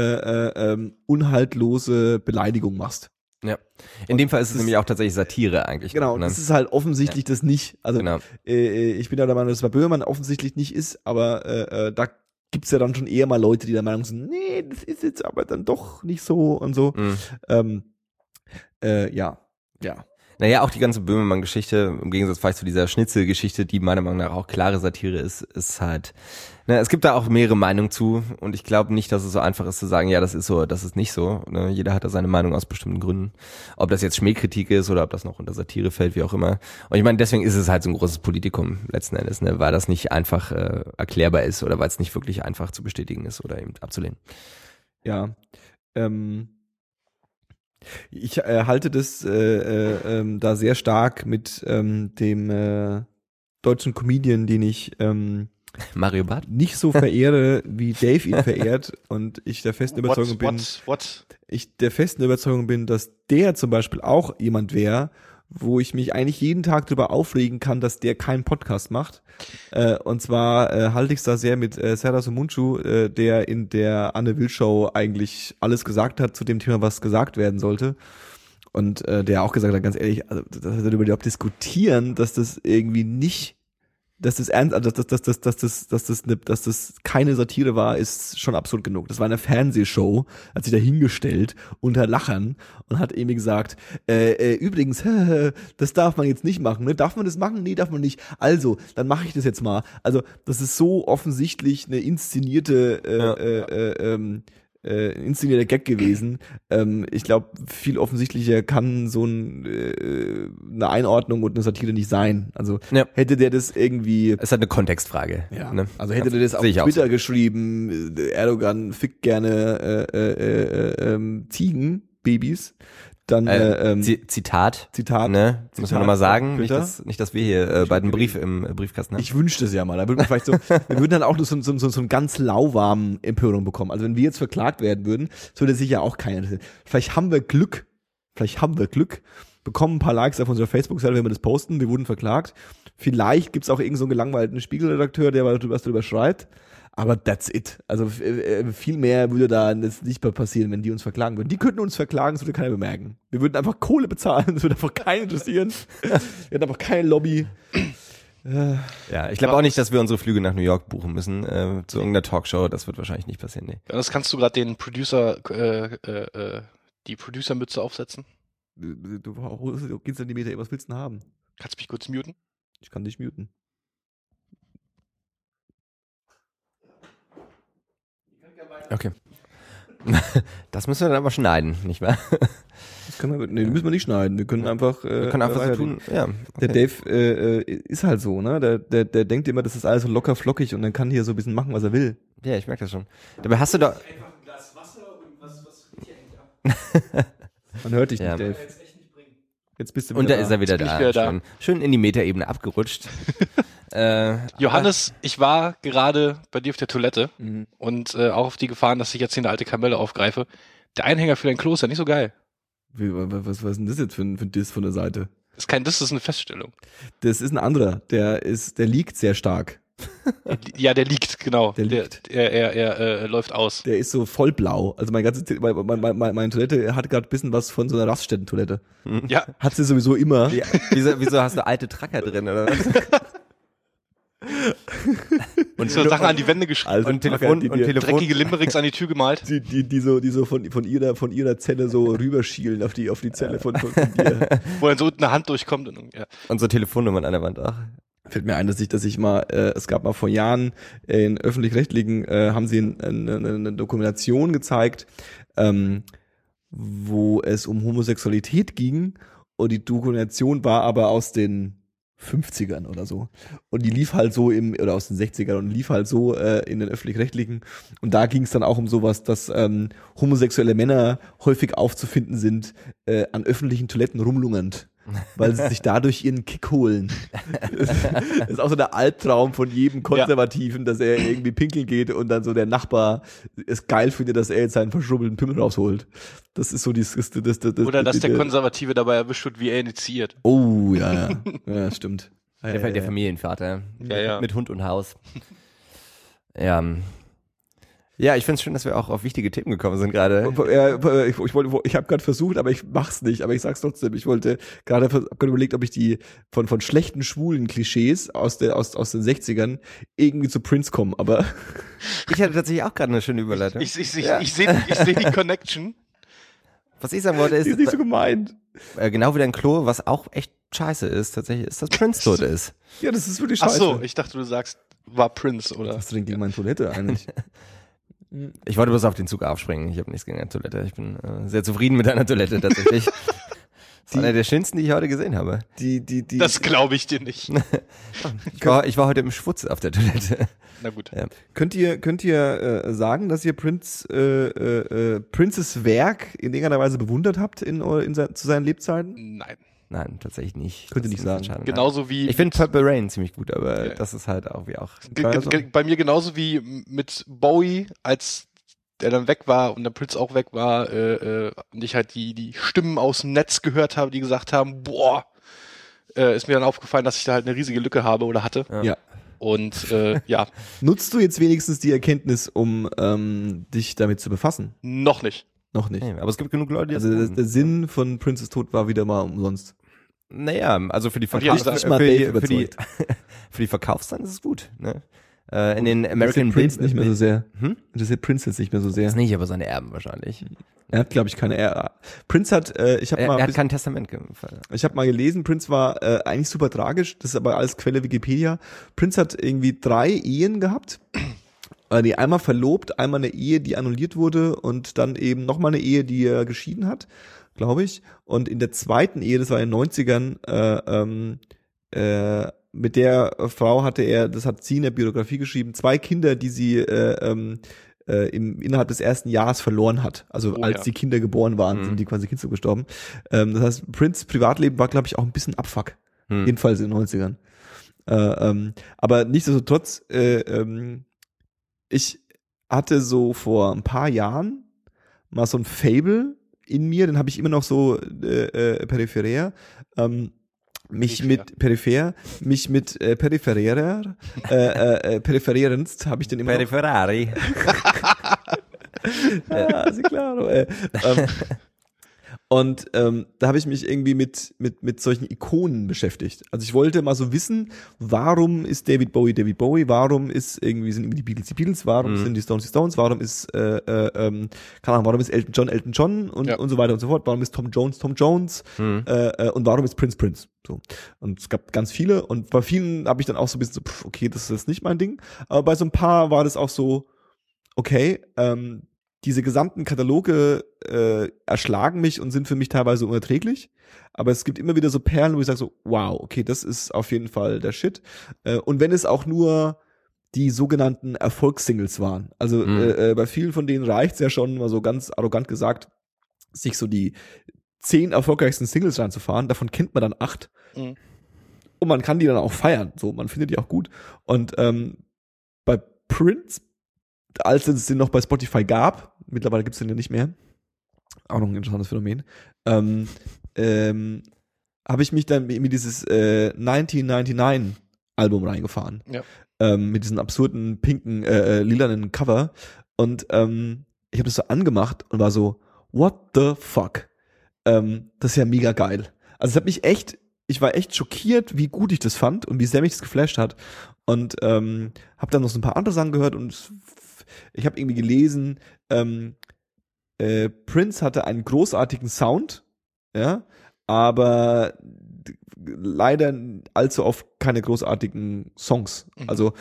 unhaltlose Beleidigung machst. Ja. In dem Fall ist es nämlich auch tatsächlich Satire eigentlich. Genau, ne? das ist halt offensichtlich das nicht. Also Genau. Ich bin ja der Meinung, dass es bei Böhmermann offensichtlich nicht ist, aber da gibt's ja dann schon eher mal Leute, die der Meinung sind, nee, das ist jetzt aber dann doch nicht so und so. Ja. Naja, auch die ganze Böhmermann-Geschichte, im Gegensatz vielleicht zu dieser Schnitzel-Geschichte, die meiner Meinung nach auch klare Satire ist halt, ne, es gibt da auch mehrere Meinungen zu und ich glaube nicht, dass es so einfach ist zu sagen, ja, das ist so, das ist nicht so. Ne? Jeder hat da seine Meinung aus bestimmten Gründen. Ob das jetzt Schmähkritik ist oder ob das noch unter Satire fällt, wie auch immer. Und ich meine, deswegen ist es halt so ein großes Politikum letzten Endes, ne? Weil das nicht einfach erklärbar ist oder weil es nicht wirklich einfach zu bestätigen ist oder eben abzulehnen. Ja, ich halte das da sehr stark mit dem deutschen Comedian, den ich Mario Barth? nicht so verehre, wie Dave ihn verehrt und ich der festen Überzeugung bin, dass der zum Beispiel auch jemand wäre, wo ich mich eigentlich jeden Tag darüber aufregen kann, dass der keinen Podcast macht. Und zwar halte ich es da sehr mit Serdar Somuncu, der in der Anne Will Show eigentlich alles gesagt hat zu dem Thema, was gesagt werden sollte. Und der auch gesagt hat, ganz ehrlich, also darüber überhaupt diskutieren, dass das irgendwie nicht, dass das ernst, also dass das keine Satire war, ist schon absurd genug. Das war eine Fernsehshow, hat sich da hingestellt unter Lachern und hat irgendwie gesagt, übrigens, das darf man jetzt nicht machen, ne? Darf man das machen? Nee, darf man nicht. Also, dann mache ich das jetzt mal. Also, das ist so offensichtlich eine inszenierte inszenierter Gag gewesen. Ich glaube, viel offensichtlicher kann so eine Einordnung und eine Satire nicht sein. Also hätte der das irgendwie... Es ist halt eine Kontextfrage. Ja. Ne? Also hätte der das auf Twitter geschrieben, Erdogan fickt gerne Ziegenbabys, dann Zitat, ne? Muss man nochmal sagen, nicht, dass wir hier bei den Brief im Briefkasten haben. Ich wünschte es ja mal, da würden wir vielleicht so, wir würden dann auch nur so einen ganz lauwarmen Empörung bekommen. Also wenn wir jetzt verklagt werden würden, so würde sicher auch keiner. Vielleicht haben wir Glück, bekommen ein paar Likes auf unserer Facebook-Seite, wenn wir das posten, wir wurden verklagt. Vielleicht gibt's auch irgend so einen gelangweilten Spiegelredakteur, der was darüber schreibt. Aber that's it. Also viel mehr würde da nicht mehr passieren, wenn die uns verklagen würden. Die könnten uns verklagen, das würde keiner bemerken. Wir würden einfach Kohle bezahlen, das würde einfach keinen interessieren. Wir hätten einfach keine Lobby. Ja, ich glaube auch nicht, dass wir unsere Flüge nach New York buchen müssen zu irgendeiner Talkshow. Das wird wahrscheinlich nicht passieren. Nee. Ja, das kannst du gerade den Producer, die Producer-Mütze aufsetzen. Du gehst Zentimeter, was willst du denn haben? Kannst du mich kurz muten? Ich kann dich muten. Okay. Das müssen wir dann aber schneiden, nicht wahr? Das können wir, nee, müssen wir nicht schneiden. Wir können einfach. Wir können einfach so tun. Ja. Der Okay. Dave ist halt so, ne? Der denkt immer, das ist alles so locker flockig und dann kann hier so ein bisschen machen, was er will. Ja, ich merke das schon. Dabei hast du doch. Einfach ein Glas Wasser und was geht hier eigentlich ab? Man hört dich Ja. nicht, Dave. Jetzt echt nicht bringen. Jetzt bist du Und wieder da ist er wieder Jetzt bin da. ich wieder da. Schön in die Metaebene abgerutscht. Johannes, ich war gerade bei dir auf der Toilette und auch auf die Gefahren, dass ich jetzt hier eine alte Kamelle aufgreife. Der Einhänger für dein Klo ist ja nicht so geil. Was ist denn das jetzt für ein Diss von der Seite? Das ist kein Diss, das ist eine Feststellung. Das ist ein anderer, der liegt sehr stark. Ja, der liegt, genau. Der liegt. Er läuft aus. Der ist so voll blau. Also meine Toilette hat gerade ein bisschen was von so einer Raststätten-Toilette. Ja, Hat sie sowieso immer. Wieso hast du alte Tracker drin, oder was? und so Sachen an die Wände geschrieben. Also Und Telefon, Dreckige Limericks an die Tür gemalt. die so von ihrer Zelle so rüberschielen auf die Zelle von dir. Wo dann so unten eine Hand durchkommt. Und, ja. und so Telefonnummern an der Wand auch. Fällt mir ein, dass ich mal, es gab mal vor Jahren in öffentlich-rechtlichen, haben sie eine Dokumentation gezeigt, wo es um Homosexualität ging und die Dokumentation war aber aus den 50ern oder so. Und die lief halt so oder aus den 60ern und lief halt so in den öffentlich-rechtlichen. Und da ging es dann auch um sowas, dass homosexuelle Männer häufig aufzufinden sind an öffentlichen Toiletten rumlungernd, weil sie sich dadurch ihren Kick holen. Das ist auch so der Albtraum von jedem Konservativen, dass er irgendwie pinkeln geht und dann so der Nachbar es geil findet, dass er jetzt seinen verschrubbelten Pimmel rausholt. Das ist so das Oder dass der Konservative dabei erwischt wird, wie er initiiert. Oh, ja. Ja, stimmt. Der Familienvater. Ja. Mit Hund und Haus. Ja. Ja, ich finde es schön, dass wir auch auf wichtige Themen gekommen sind gerade. Ich habe gerade versucht, aber ich mach's nicht, aber ich sag's trotzdem. Ich wollte gerade überlegt, ob ich die von schlechten schwulen Klischees aus den 60ern irgendwie zu Prince komme, aber Ich hatte tatsächlich auch gerade eine schöne Überleitung. Ich sehe die Connection. Was ich sagen wollte die ist nicht so gemeint. Genau wie dein Klo, was auch echt scheiße ist, tatsächlich, ist, dass Prince tot ist. Ja, das ist wirklich Ach scheiße. so, ich dachte, du sagst, war Prince, oder? Was hast du denn gegen meine Toilette eigentlich? Ich wollte bloß auf den Zug aufspringen. Ich habe nichts gegen deine Toilette. Ich bin sehr zufrieden mit deiner Toilette tatsächlich. Das ist einer der schönsten, die ich heute gesehen habe. Das glaube ich dir nicht. Ich war heute im Schwutz auf der Toilette. Na gut. Ja. Könnt ihr sagen, dass ihr Princes Werk in irgendeiner Weise bewundert habt zu seinen Lebzeiten? Nein, tatsächlich nicht. Könnt ihr Das nicht ist sagen. schade. Genauso wie. Ich finde Purple Rain ziemlich gut, aber Ja. das ist halt auch wie auch. Bei mir genauso wie mit Bowie, als der dann weg war und der Prince auch weg war, und ich halt die Stimmen aus dem Netz gehört habe, die gesagt haben, boah, ist mir dann aufgefallen, dass ich da halt eine riesige Lücke habe oder hatte. Ja. Und ja, Nutzt du jetzt wenigstens die Erkenntnis, um dich damit zu befassen? noch nicht. Noch nicht. Nee, aber es gibt genug Leute, die das Also tun. der Sinn von Princes Tod war wieder mal umsonst. Naja, also für die Und die haben sich mal Dave überzeugt. für die Verkaufszahlen ist es gut. Ne? In den Interessiert American Prince nicht mehr so sehr. Hm? Interessiert Prince jetzt nicht mehr so sehr. Das nicht, aber seine Erben wahrscheinlich. Er hat, glaube ich, keine. Prince hat, ich habe Er mal, hat kein Testament gefallen. ich habe mal gelesen, Prince war eigentlich super tragisch. Das ist aber alles Quelle Wikipedia. Prince hat irgendwie 3 Ehen gehabt. Die einmal verlobt, einmal eine Ehe, die annulliert wurde und dann eben nochmal eine Ehe, die er geschieden hat, glaube ich. Und in der zweiten Ehe, das war in den 90ern, mit der Frau hatte er, das hat sie in der Biografie geschrieben, 2 Kinder, die sie innerhalb des ersten Jahres verloren hat. Also als die Kinder geboren waren, sind die quasi Kinder gestorben. Das heißt, Prince' Privatleben war, glaube ich, auch ein bisschen Abfuck. Jedenfalls in den 90ern. Aber nichtsdestotrotz, ich hatte so vor ein paar Jahren mal so ein Fable in mir, den habe ich immer noch so peripherär, peripherierendst habe ich den immer noch. Ferrari. Ja, sí, claro. Und da habe ich mich irgendwie mit solchen Ikonen beschäftigt. Also ich wollte mal so wissen, warum ist David Bowie, warum sind irgendwie die Beatles, warum sind die Stones, warum ist keine Ahnung, warum ist Elton John und so weiter und so fort, warum ist Tom Jones und warum ist Prince. So. Und es gab ganz viele und bei vielen habe ich dann auch so ein bisschen so, okay, das ist nicht mein Ding. Aber bei so ein paar war das auch so, okay, diese gesamten Kataloge erschlagen mich und sind für mich teilweise unerträglich. Aber es gibt immer wieder so Perlen, wo ich sage so, wow, okay, das ist auf jeden Fall der Shit. Und wenn es auch nur die sogenannten Erfolgssingles waren. Also bei vielen von denen reicht's ja schon, mal so ganz arrogant gesagt, sich so die 10 erfolgreichsten Singles reinzufahren. Davon kennt man dann 8. Und man kann die dann auch feiern. So, man findet die auch gut. Und bei Prince, als es den noch bei Spotify gab, mittlerweile gibt es den ja nicht mehr, auch noch ein interessantes Phänomen, habe ich mich dann mit dieses 1999 Album reingefahren. Ja. Mit diesen absurden, pinken, lilanen Cover. Und ich habe das so angemacht und war so, what the fuck? Das ist ja mega geil. Also es hat mich echt, ich war echt schockiert, wie gut ich das fand und wie sehr mich das geflasht hat. Und habe dann noch so ein paar andere Sachen gehört und ich habe irgendwie gelesen, Prince hatte einen großartigen Sound, ja, aber leider allzu oft keine großartigen Songs. Also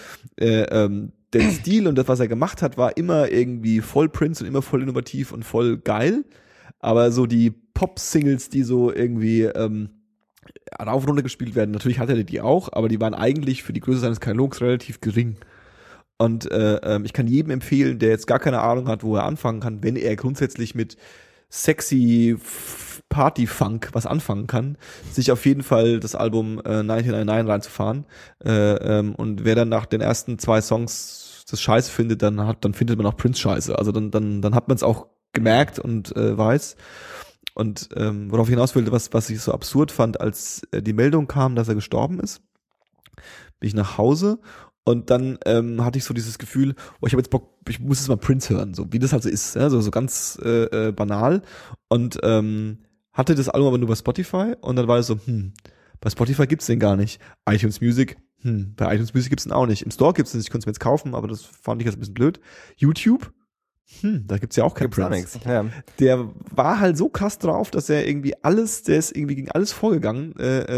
der Stil und das, was er gemacht hat, war immer irgendwie voll Prince und immer voll innovativ und voll geil. Aber so die Pop-Singles, die so irgendwie rauf und runter gespielt werden, natürlich hatte er die auch, aber die waren eigentlich für die Größe seines Katalogs relativ gering. Und ich kann jedem empfehlen, der jetzt gar keine Ahnung hat, wo er anfangen kann, wenn er grundsätzlich mit sexy Party-Funk was anfangen kann, sich auf jeden Fall das Album 1999 reinzufahren. Und wer dann nach den ersten 2 Songs das Scheiße findet, dann findet man auch Prince Scheiße. Also dann hat man es auch gemerkt und weiß. Und worauf ich hinaus will, was ich so absurd fand, als die Meldung kam, dass er gestorben ist, bin ich nach Hause und dann hatte ich so dieses Gefühl, ich habe jetzt Bock, ich muss jetzt mal Prince hören, so wie das halt so ist, ja? so ganz banal. Und hatte das Album aber nur bei Spotify und dann war es so, bei Spotify gibt's den gar nicht. iTunes Music, bei iTunes Music gibt's den auch nicht. Im Store gibt's den, ich konnte es mir jetzt kaufen, aber das fand ich jetzt ein bisschen blöd. YouTube, da gibt's ja auch kein Prince. Ja. Der war halt so krass drauf, dass er irgendwie der ist irgendwie gegen alles vorgegangen.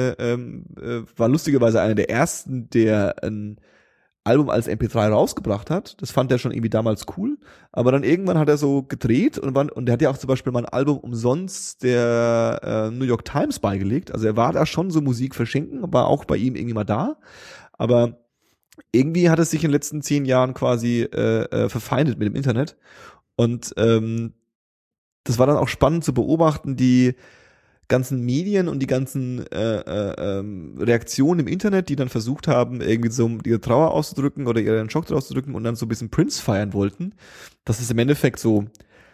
War lustigerweise einer der ersten, der ein Album als MP3 rausgebracht hat. Das fand er schon irgendwie damals cool. Aber dann irgendwann hat er so gedreht und der hat ja auch zum Beispiel mal ein Album umsonst der New York Times beigelegt. Also er war da schon so Musik verschenken, war auch bei ihm irgendwie mal da. Aber irgendwie hat es sich in den letzten 10 Jahren quasi verfeindet mit dem Internet. Und das war dann auch spannend zu beobachten, die ganzen Medien und die ganzen Reaktionen im Internet, die dann versucht haben, irgendwie so ihre Trauer auszudrücken oder ihren Schock auszudrücken und dann so ein bisschen Prince feiern wollten, dass es im Endeffekt so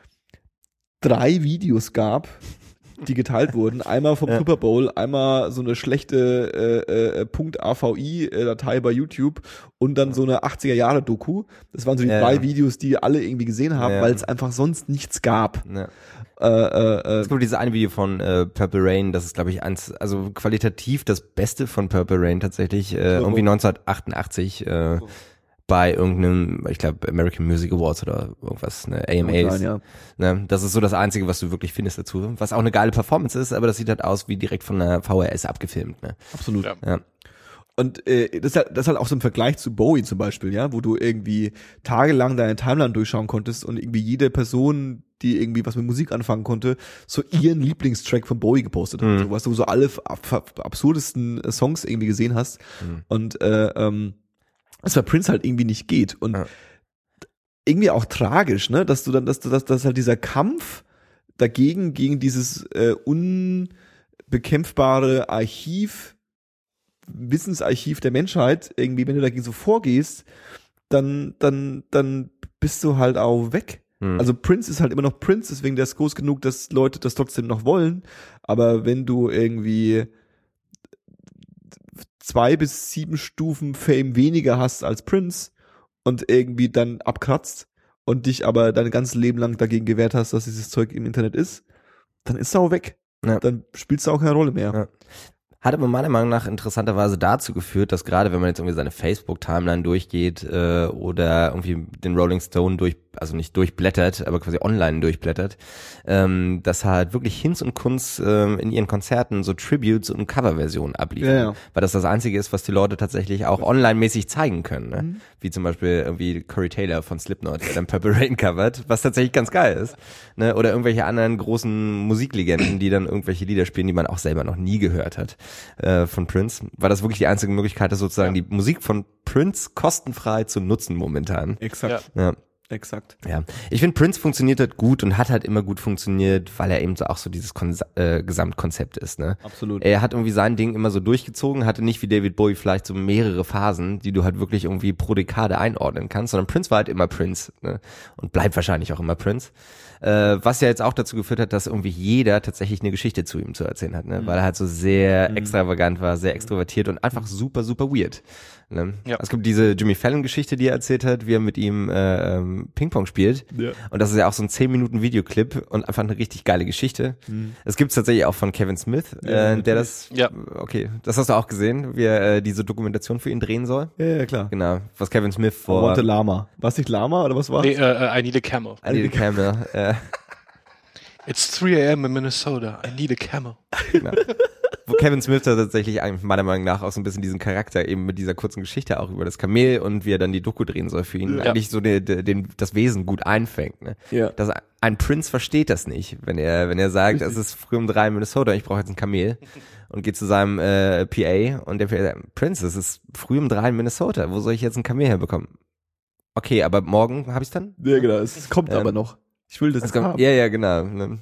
3 Videos gab, die geteilt wurden. Einmal vom Super Bowl, einmal so eine schlechte .avi-Datei bei YouTube und dann so eine 80er-Jahre-Doku. Das waren so die 3 Videos, die alle irgendwie gesehen haben, weil es einfach sonst nichts gab. Ja. Es gibt dieses eine Video von Purple Rain, das ist, glaube ich, also qualitativ das Beste von Purple Rain tatsächlich, irgendwie 1988 bei irgendeinem, ich glaube, American Music Awards oder irgendwas, ne, AMAs. Ja. Ne, das ist so das Einzige, was du wirklich findest dazu. Was auch eine geile Performance ist, aber das sieht halt aus wie direkt von der VHS abgefilmt. Ne? Absolut. Ja. Und das ist halt auch so ein Vergleich zu Bowie zum Beispiel, ja, wo du irgendwie tagelang deine Timeline durchschauen konntest und irgendwie jede Person, die irgendwie was mit Musik anfangen konnte, so ihren Lieblingstrack von Bowie gepostet hat. So, was du so alle absurdesten Songs irgendwie gesehen hast. Und was bei Prince halt irgendwie nicht geht. Und irgendwie auch tragisch, ne, dass halt dieser Kampf dagegen, gegen dieses unbekämpfbare Wissensarchiv der Menschheit, irgendwie, wenn du dagegen so vorgehst, dann bist du halt auch weg. Also Prince ist halt immer noch Prince, deswegen der ist groß genug, dass Leute das trotzdem noch wollen. Aber wenn du irgendwie 2 bis 7 Stufen Fame weniger hast als Prince und irgendwie dann abkratzt und dich aber dein ganzes Leben lang dagegen gewehrt hast, dass dieses Zeug im Internet ist, dann ist er auch weg. Ja. Dann spielst du auch keine Rolle mehr. Ja. Hat aber meiner Meinung nach interessanterweise dazu geführt, dass gerade wenn man jetzt irgendwie seine Facebook-Timeline durchgeht oder irgendwie den Rolling Stone also nicht durchblättert, aber quasi online durchblättert, dass halt wirklich Hinz und Kunz in ihren Konzerten so Tributes und Coverversionen abliefern. Ja. Weil das einzige ist, was die Leute tatsächlich auch online-mäßig zeigen können. Ne? Wie zum Beispiel irgendwie Corey Taylor von Slipknot, der dann Purple Rain covert, was tatsächlich ganz geil ist. Ne? Oder irgendwelche anderen großen Musiklegenden, die dann irgendwelche Lieder spielen, die man auch selber noch nie gehört hat. Von Prince, war das wirklich die einzige Möglichkeit, das sozusagen die Musik von Prince kostenfrei zu nutzen momentan. Exakt. Ja. Exakt. Ja, ich finde, Prince funktioniert halt gut und hat halt immer gut funktioniert, weil er eben so auch so dieses Gesamtkonzept ist, ne? Absolut. Er hat irgendwie sein Ding immer so durchgezogen, hatte nicht wie David Bowie vielleicht so mehrere Phasen, die du halt wirklich irgendwie pro Dekade einordnen kannst, sondern Prince war halt immer Prince, ne? Und bleibt wahrscheinlich auch immer Prince. Was ja jetzt auch dazu geführt hat, dass irgendwie jeder tatsächlich eine Geschichte zu ihm zu erzählen hat, ne? Weil er halt so sehr extravagant war, sehr extrovertiert und einfach super, super weird. Ne? Ja. Es gibt diese Jimmy Fallon-Geschichte, die er erzählt hat, wie er mit ihm Ping-Pong spielt. Ja. Und das ist ja auch so ein 10-Minuten-Videoclip und einfach eine richtig geile Geschichte. Es gibt's tatsächlich auch von Kevin Smith, der das, Ja. okay, das hast du auch gesehen, wie er diese Dokumentation für ihn drehen soll. Ja, klar. Genau, was Kevin Smith I vor want a Lama. War es nicht Lama oder was war? Nee, I need a camel. I Need a Camel, It's 3 a.m. in Minnesota. I need a camel. genau. Wo Kevin Smith da tatsächlich eigentlich meiner Meinung nach auch so ein bisschen diesen Charakter eben mit dieser kurzen Geschichte auch über das Kamel und wie er dann die Doku drehen soll für ihn Ja. eigentlich so das Wesen gut einfängt. Ne? Ja. Das, ein Prince versteht das nicht, wenn er sagt, es ist früh um 3 in Minnesota, ich brauche jetzt ein Kamel und geht zu seinem PA und der PA sagt, Prince, es ist früh um 3 in Minnesota, wo soll ich jetzt ein Kamel herbekommen? Okay, aber morgen habe ich dann? Ja, genau. Es kommt aber noch. Ich will das Es kommt, haben. ja, genau. Ne?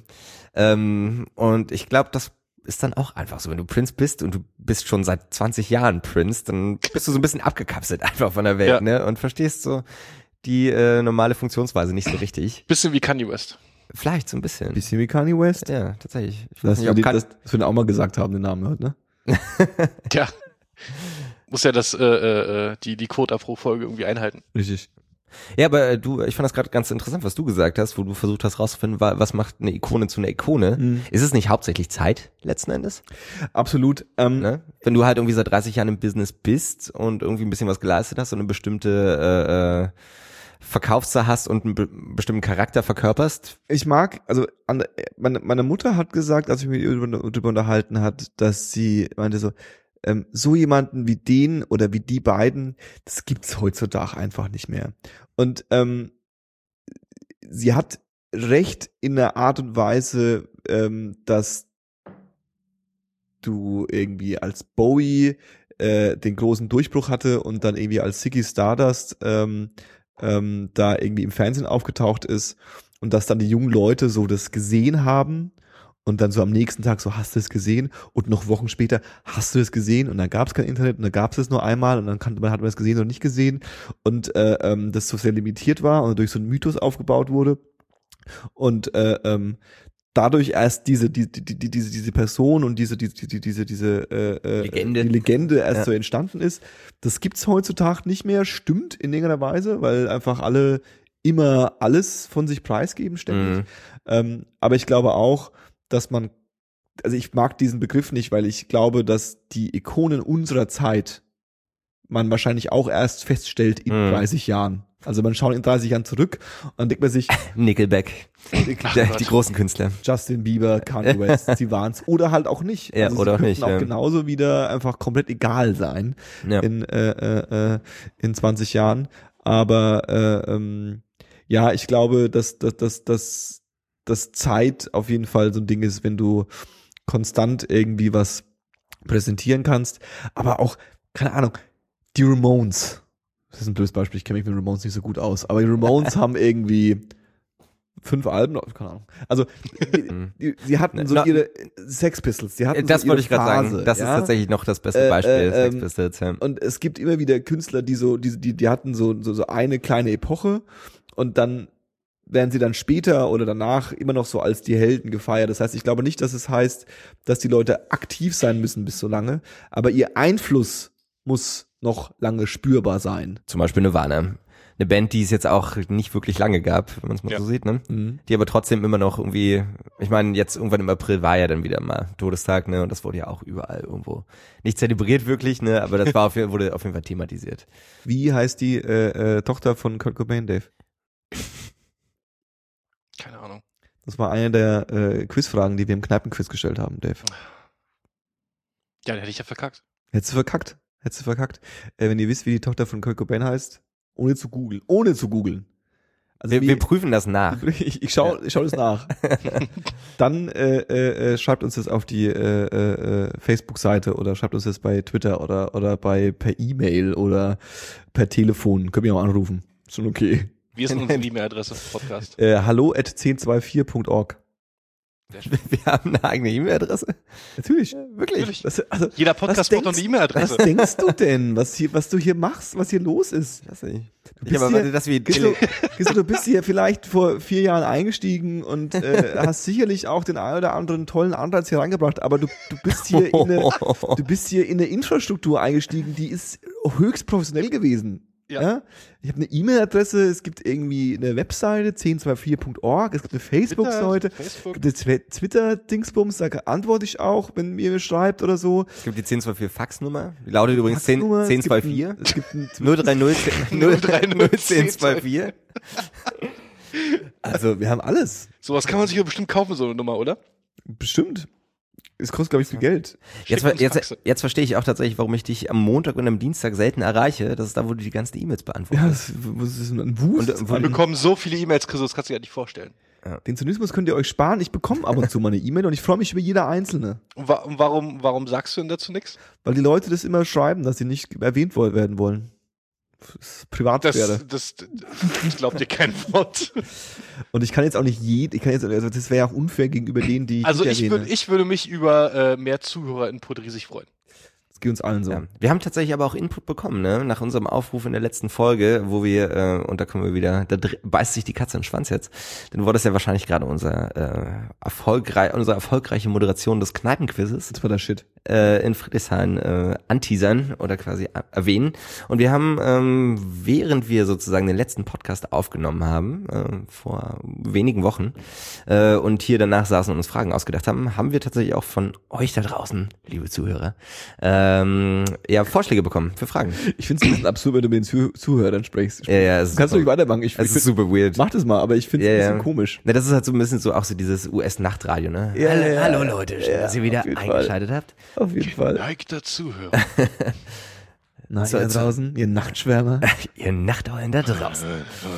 Und ich glaube, das ist dann auch einfach so, wenn du Prince bist und du bist schon seit 20 Jahren Prince, dann bist du so ein bisschen abgekapselt einfach von der Welt, Ja. ne? Und verstehst so die normale Funktionsweise nicht so richtig. Bisschen wie Kanye West. Vielleicht so ein bisschen. Bisschen wie Kanye West. Ja, tatsächlich. Ich Das weiß nicht, ob dass wir den auch mal gesagt haben, den Namen hört, ne? Ja. Muss ja die Quota pro Folge irgendwie einhalten. Richtig. ja, aber ich fand das gerade ganz interessant, was du gesagt hast, wo du versucht hast rauszufinden, was macht eine Ikone zu einer Ikone. Ist es nicht hauptsächlich Zeit, letzten Endes? Absolut. Ne? Wenn du halt irgendwie seit 30 Jahren im Business bist und irgendwie ein bisschen was geleistet hast und eine bestimmte Verkaufszahl hast und einen bestimmten Charakter verkörperst. Ich mag, also meine Mutter hat gesagt, als ich mich darüber unterhalten hat, dass sie meinte so jemanden wie den oder wie die beiden, das gibt's heutzutage einfach nicht mehr. Und sie hat recht in der Art und Weise, dass du irgendwie als Bowie den großen Durchbruch hatte und dann irgendwie als Ziggy Stardust da irgendwie im Fernsehen aufgetaucht ist und dass dann die jungen Leute so das gesehen haben und dann so am nächsten Tag so, hast du es gesehen? Und noch Wochen später, hast du es gesehen? Und dann gab es kein Internet und dann gab es es nur einmal und dann hat man es gesehen oder nicht gesehen und das so sehr limitiert war und durch so einen Mythos aufgebaut wurde und dadurch erst diese Person und diese Legende. die Legende erst Ja. so entstanden ist. Das gibt's heutzutage nicht mehr, stimmt in irgendeiner Weise, weil einfach alle immer alles von sich preisgeben ständig. Aber ich glaube auch, dass also ich mag diesen Begriff nicht, weil ich glaube, dass die Ikonen unserer Zeit man wahrscheinlich auch erst feststellt in 30 Jahren. Also man schaut in 30 Jahren zurück und dann denkt man sich, Nickelback, die großen Künstler. Justin Bieber, Kanye West, sie waren's. Oder halt auch nicht. Ja, also oder auch sie nicht, könnten auch ja. genauso wieder einfach komplett egal sein Ja. in 20 Jahren. Aber ja, ich glaube, dass Zeit auf jeden Fall so ein Ding ist, wenn du konstant irgendwie was präsentieren kannst. Aber auch, keine Ahnung, die Ramones. Das ist ein blödes Beispiel, ich kenne mich mit Ramones nicht so gut aus. Aber die Ramones haben irgendwie 5 Alben, keine Ahnung. Also, sie hatten so Na, ihre Sex Pistols, die hatten Das so ihre wollte ich gerade Phase, sagen. Das ja? ist tatsächlich noch das beste Beispiel. Sex Pistols, ja. Und es gibt immer wieder Künstler, die hatten so eine kleine Epoche und dann werden sie dann später oder danach immer noch so als die Helden gefeiert. Das heißt, ich glaube nicht, dass es heißt, dass die Leute aktiv sein müssen bis so lange, aber ihr Einfluss muss noch lange spürbar sein. Zum Beispiel Nirvana. Eine Band, die es jetzt auch nicht wirklich lange gab, wenn man es mal Ja. so sieht, ne? Mhm. Die aber trotzdem immer noch irgendwie, ich meine, jetzt irgendwann im April war ja dann wieder mal Todestag, ne? Und das wurde ja auch überall irgendwo nicht zelebriert wirklich, ne? Aber das war wurde auf jeden Fall thematisiert. Wie heißt die Tochter von Kurt Cobain, Dave? Keine Ahnung. Das war eine der Quizfragen, die wir im Kneipenquiz gestellt haben, Dave. Ja, den hätte ich ja verkackt. Hättest du verkackt. Wenn ihr wisst, wie die Tochter von Kurt Cobain heißt, ohne zu googeln. Also Wir prüfen das nach. ich schau das nach. Dann schreibt uns das auf die Facebook-Seite oder schreibt uns das bei Twitter oder per E-Mail oder per Telefon. Können wir auch anrufen. Schon okay. Wie ist denn unsere E-Mail-Adresse für Podcast? hallo@1024.org. Wir haben eine eigene E-Mail-Adresse. Natürlich. Wirklich. Also, Jeder Podcast braucht doch eine E-Mail-Adresse. was denkst du denn, was du hier machst, was hier los ist? Weiß nicht. Du Ich bist habe hier- erwartet, dass wir Gisela, du bist hier vielleicht vor 4 Jahren eingestiegen und hast sicherlich auch den einen oder anderen tollen Anreiz hier reingebracht, aber du bist hier in eine Infrastruktur eingestiegen, die ist höchst professionell gewesen. Ja. Ja? Ich habe eine E-Mail-Adresse, es gibt irgendwie eine Webseite, 1024.org, es gibt eine Facebook-Seite, Facebook. es gibt eine Twitter-Dingsbums, da antworte ich auch, wenn ihr mir schreibt oder so. Es gibt die 1024 Faxnummer. Die lautet übrigens Faxnummer, 1024 Es gibt ein 030 1024. Also, wir haben alles. Sowas kann man sich ja bestimmt kaufen, so eine Nummer, oder? Bestimmt. Es kostet, glaube ich, viel Geld. Schick uns Faxe. Jetzt verstehe ich auch tatsächlich, warum ich dich am Montag und am Dienstag selten erreiche. Das ist da, wo du die ganzen E-Mails Ja, beantwortest. das ist ein Wust. Wir bekommen so viele E-Mails, Chris, das kannst du dir gar nicht vorstellen. Den Zynismus könnt ihr euch sparen. Ich bekomme ab und zu mal eine E-Mail und ich freue mich über jede einzelne. Und warum sagst du denn dazu nichts? Weil die Leute das immer schreiben, dass sie nicht erwähnt werden wollen. Das ist Privatsphäre. Das glaubt dir kein Wort. Und ich kann jetzt auch nicht also das wäre ja auch unfair gegenüber denen, die Also nicht erwähne. ich würde mich über mehr ZuhörerInput riesig freuen. Das geht uns allen so. Ja. Wir haben tatsächlich aber auch Input bekommen, ne? Nach unserem Aufruf in der letzten Folge, wo wir, und da kommen wir wieder, beißt sich die Katze in den Schwanz jetzt, dann war das ja wahrscheinlich gerade unsere erfolgreiche Moderation des Kneipenquizzes Das war der Shit. in Friedrichshain anteasern oder quasi erwähnen. Und wir haben, während wir sozusagen den letzten Podcast aufgenommen haben, vor wenigen Wochen, und hier danach saßen und uns Fragen ausgedacht haben wir tatsächlich auch von euch da draußen, liebe Zuhörer, Vorschläge bekommen für Fragen. Ich finde es ein bisschen absurd, wenn du mit den Zuhörern sprichst. Ja, es ist Kannst du super. nicht weitermachen. Ich Es ist super weird. mach das mal, aber ich finde es ein bisschen komisch. Na, das ist halt so ein bisschen so auch so dieses US-Nachtradio, ne? Ja, ja, Hallo Leute, schön, dass ihr wieder auf jeden eingeschaltet habt. Auf jeden Fall. Geneigter Zuhörer. Na, So, ihr so. draußen, ihr Nachtschwärmer. Ihr Nachteulen da draußen.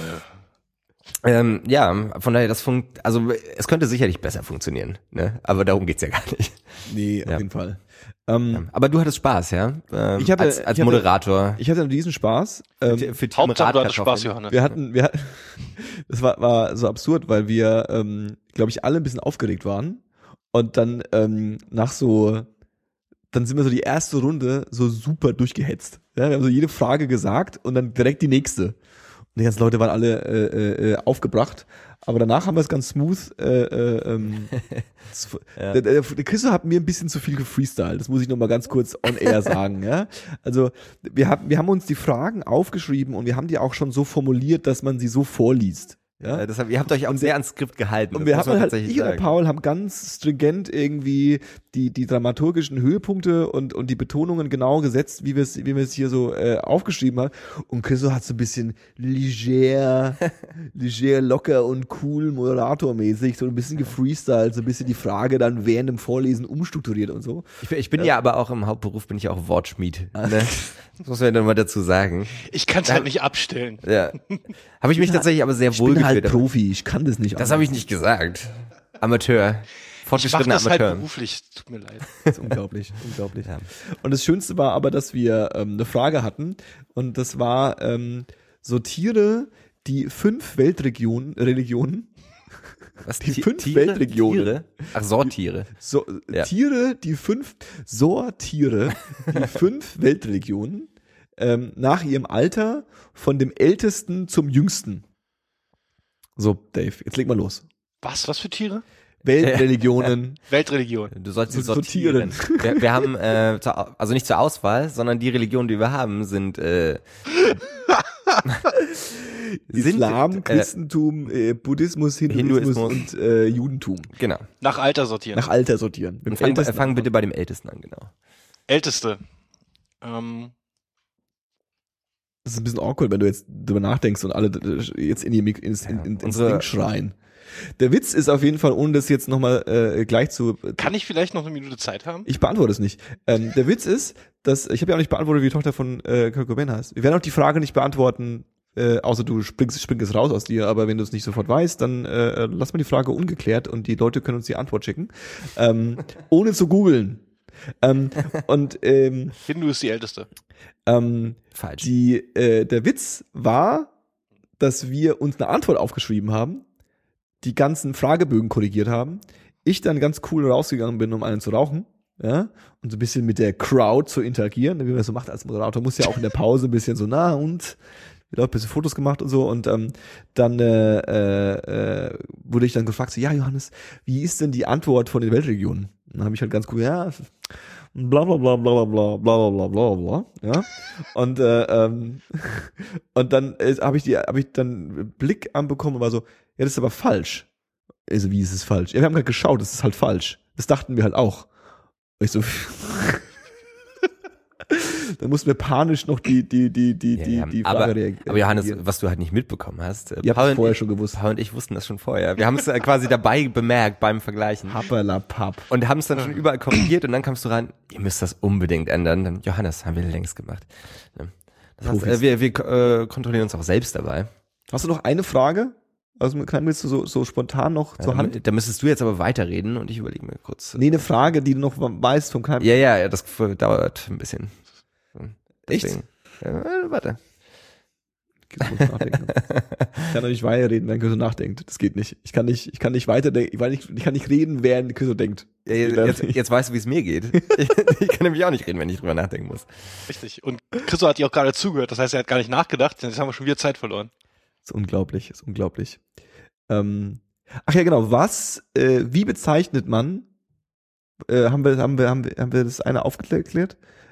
Von daher, also es könnte sicherlich besser funktionieren, ne? Aber darum geht's ja gar nicht. Nee, auf Ja. jeden Fall. Aber du hattest Spaß, ja? Ich hatte- als ich hatte- Moderator. Ich hatte diesen Spaß. Für Team Hauptsache du hattest Radkartoffeln. Spaß, Johannes. Wir hatten, das war so absurd, weil wir, glaube ich, alle ein bisschen aufgeregt waren. Und dann dann sind wir so die erste Runde so super durchgehetzt. Ja, wir haben so jede Frage gesagt und dann direkt die nächste. Und die ganzen Leute waren alle aufgebracht. Aber danach haben wir es ganz smooth. Der Christo hat mir ein bisschen zu viel gefreestylt. Das muss ich noch mal ganz kurz on air sagen. Ja? Also wir haben uns die Fragen aufgeschrieben und wir haben die auch schon so formuliert, dass man sie so vorliest. Ja? Deshalb, ihr habt euch auch sehr ans Skript gehalten. Und das wir muss haben man halt, tatsächlich ich und der sagen. Paul haben ganz stringent irgendwie die dramaturgischen Höhepunkte und die Betonungen genau gesetzt, wie wir es hier so aufgeschrieben haben. Und Christo hat so ein bisschen leger, locker und cool moderatormäßig so ein bisschen gefreestylt, so ein bisschen die Frage dann während dem Vorlesen umstrukturiert und so. Ich bin ja aber auch im Hauptberuf bin ich auch Wortschmied. Ne? Das muss man dann mal dazu sagen. Ich kann es halt nicht abstellen. Ja. Habe ich mich tatsächlich aber sehr Ich wohl bin halt gefühlt. Profi, ich kann das nicht. Das habe ich nicht gesagt. Amateur. Ich mache Fortgeschrittener das halt Amateur. beruflich, tut mir leid. Das ist unglaublich, unglaublich. Ja. Und das Schönste war aber, dass wir eine Frage hatten und das war so Tiere, die 5 Religionen, Was, die 5 Weltregionen. Tiere? Ach, Sortiere. So, Ja. Tiere, die 5 Sortiere, die 5 Weltreligionen nach ihrem Alter von dem Ältesten zum Jüngsten. So, Dave, jetzt leg mal los. Was für Tiere? Weltreligionen. Weltreligion. Du sollst sie So sortieren. Wir haben, also nicht zur Auswahl, sondern die Religionen, die wir haben, sind Islam, Christentum, Buddhismus, Hinduismus und Judentum. Genau. Nach Alter sortieren. Nach Alter sortieren. Mit dem Ältesten Fang bitte bei dem Ältesten an, genau. Älteste. Das ist ein bisschen awkward, wenn du jetzt drüber nachdenkst und alle jetzt ins unsere- Ding schreien. Der Witz ist auf jeden Fall, ohne das jetzt nochmal gleich zu... Kann ich vielleicht noch eine Minute Zeit haben? Ich beantworte es nicht. Der Witz ist, dass ich habe ja auch nicht beantwortet, wie die Tochter von Kurt Cobain heißt. Wir werden auch die Frage nicht beantworten, außer du springst es raus aus dir, aber wenn du es nicht sofort weißt, dann lass mal die Frage ungeklärt und die Leute können uns die Antwort schicken, ohne zu googeln. Hindu ist die Älteste. Falsch. Der Witz war, dass wir uns eine Antwort aufgeschrieben haben, die ganzen Fragebögen korrigiert haben, ich dann ganz cool rausgegangen bin, um einen zu rauchen, ja, und so ein bisschen mit der Crowd zu interagieren, wie man das so macht als Moderator, muss ja auch in der Pause ein bisschen so, und wieder ein bisschen Fotos gemacht und so, und dann wurde ich dann gefragt, so, ja, Johannes, wie ist denn die Antwort von den Weltregionen? Und dann habe ich halt ganz cool, ja, bla bla bla bla bla bla bla bla bla, ja, und dann habe ich dann Blick anbekommen und war so, ja, das ist aber falsch. Also, wie ist es falsch? Ja, wir haben gerade geschaut, das ist halt falsch. Das dachten wir halt auch. Und ich so, dann mussten wir panisch noch die Frage reagieren. Aber Johannes, was du halt nicht mitbekommen hast, Ihr habt es vorher schon gewusst. Paul und ich wussten das schon vorher. Wir haben es quasi dabei bemerkt beim Vergleichen. Happerlapapp. Und haben es dann schon überall korrigiert und dann kamst du rein, ihr müsst das unbedingt ändern. Dann, Johannes, haben wir längst gemacht. Das heißt, wir kontrollieren uns auch selbst dabei. Hast du noch eine Frage? Also willst du so spontan noch zur Hand? Da müsstest du jetzt aber weiterreden und ich überlege mir kurz. Nee, eine Frage, die du noch weißt vom Keim. Ja, das dauert ein bisschen. Echt? Ja, warte. Ich kann doch nicht weiterreden, wenn Küsso nachdenkt. Das geht nicht. Ich kann nicht weiterdenken, weil ich kann nicht reden, während Küsso denkt. Ja, jetzt weißt du, wie es mir geht. Ich kann nämlich auch nicht reden, wenn ich drüber nachdenken muss. Richtig. Und Christo hat dir auch gerade zugehört. Das heißt, er hat gar nicht nachgedacht. Jetzt haben wir schon wieder Zeit verloren. Ist unglaublich. Ach ja, genau. Wie bezeichnet man, haben wir das eine aufgeklärt?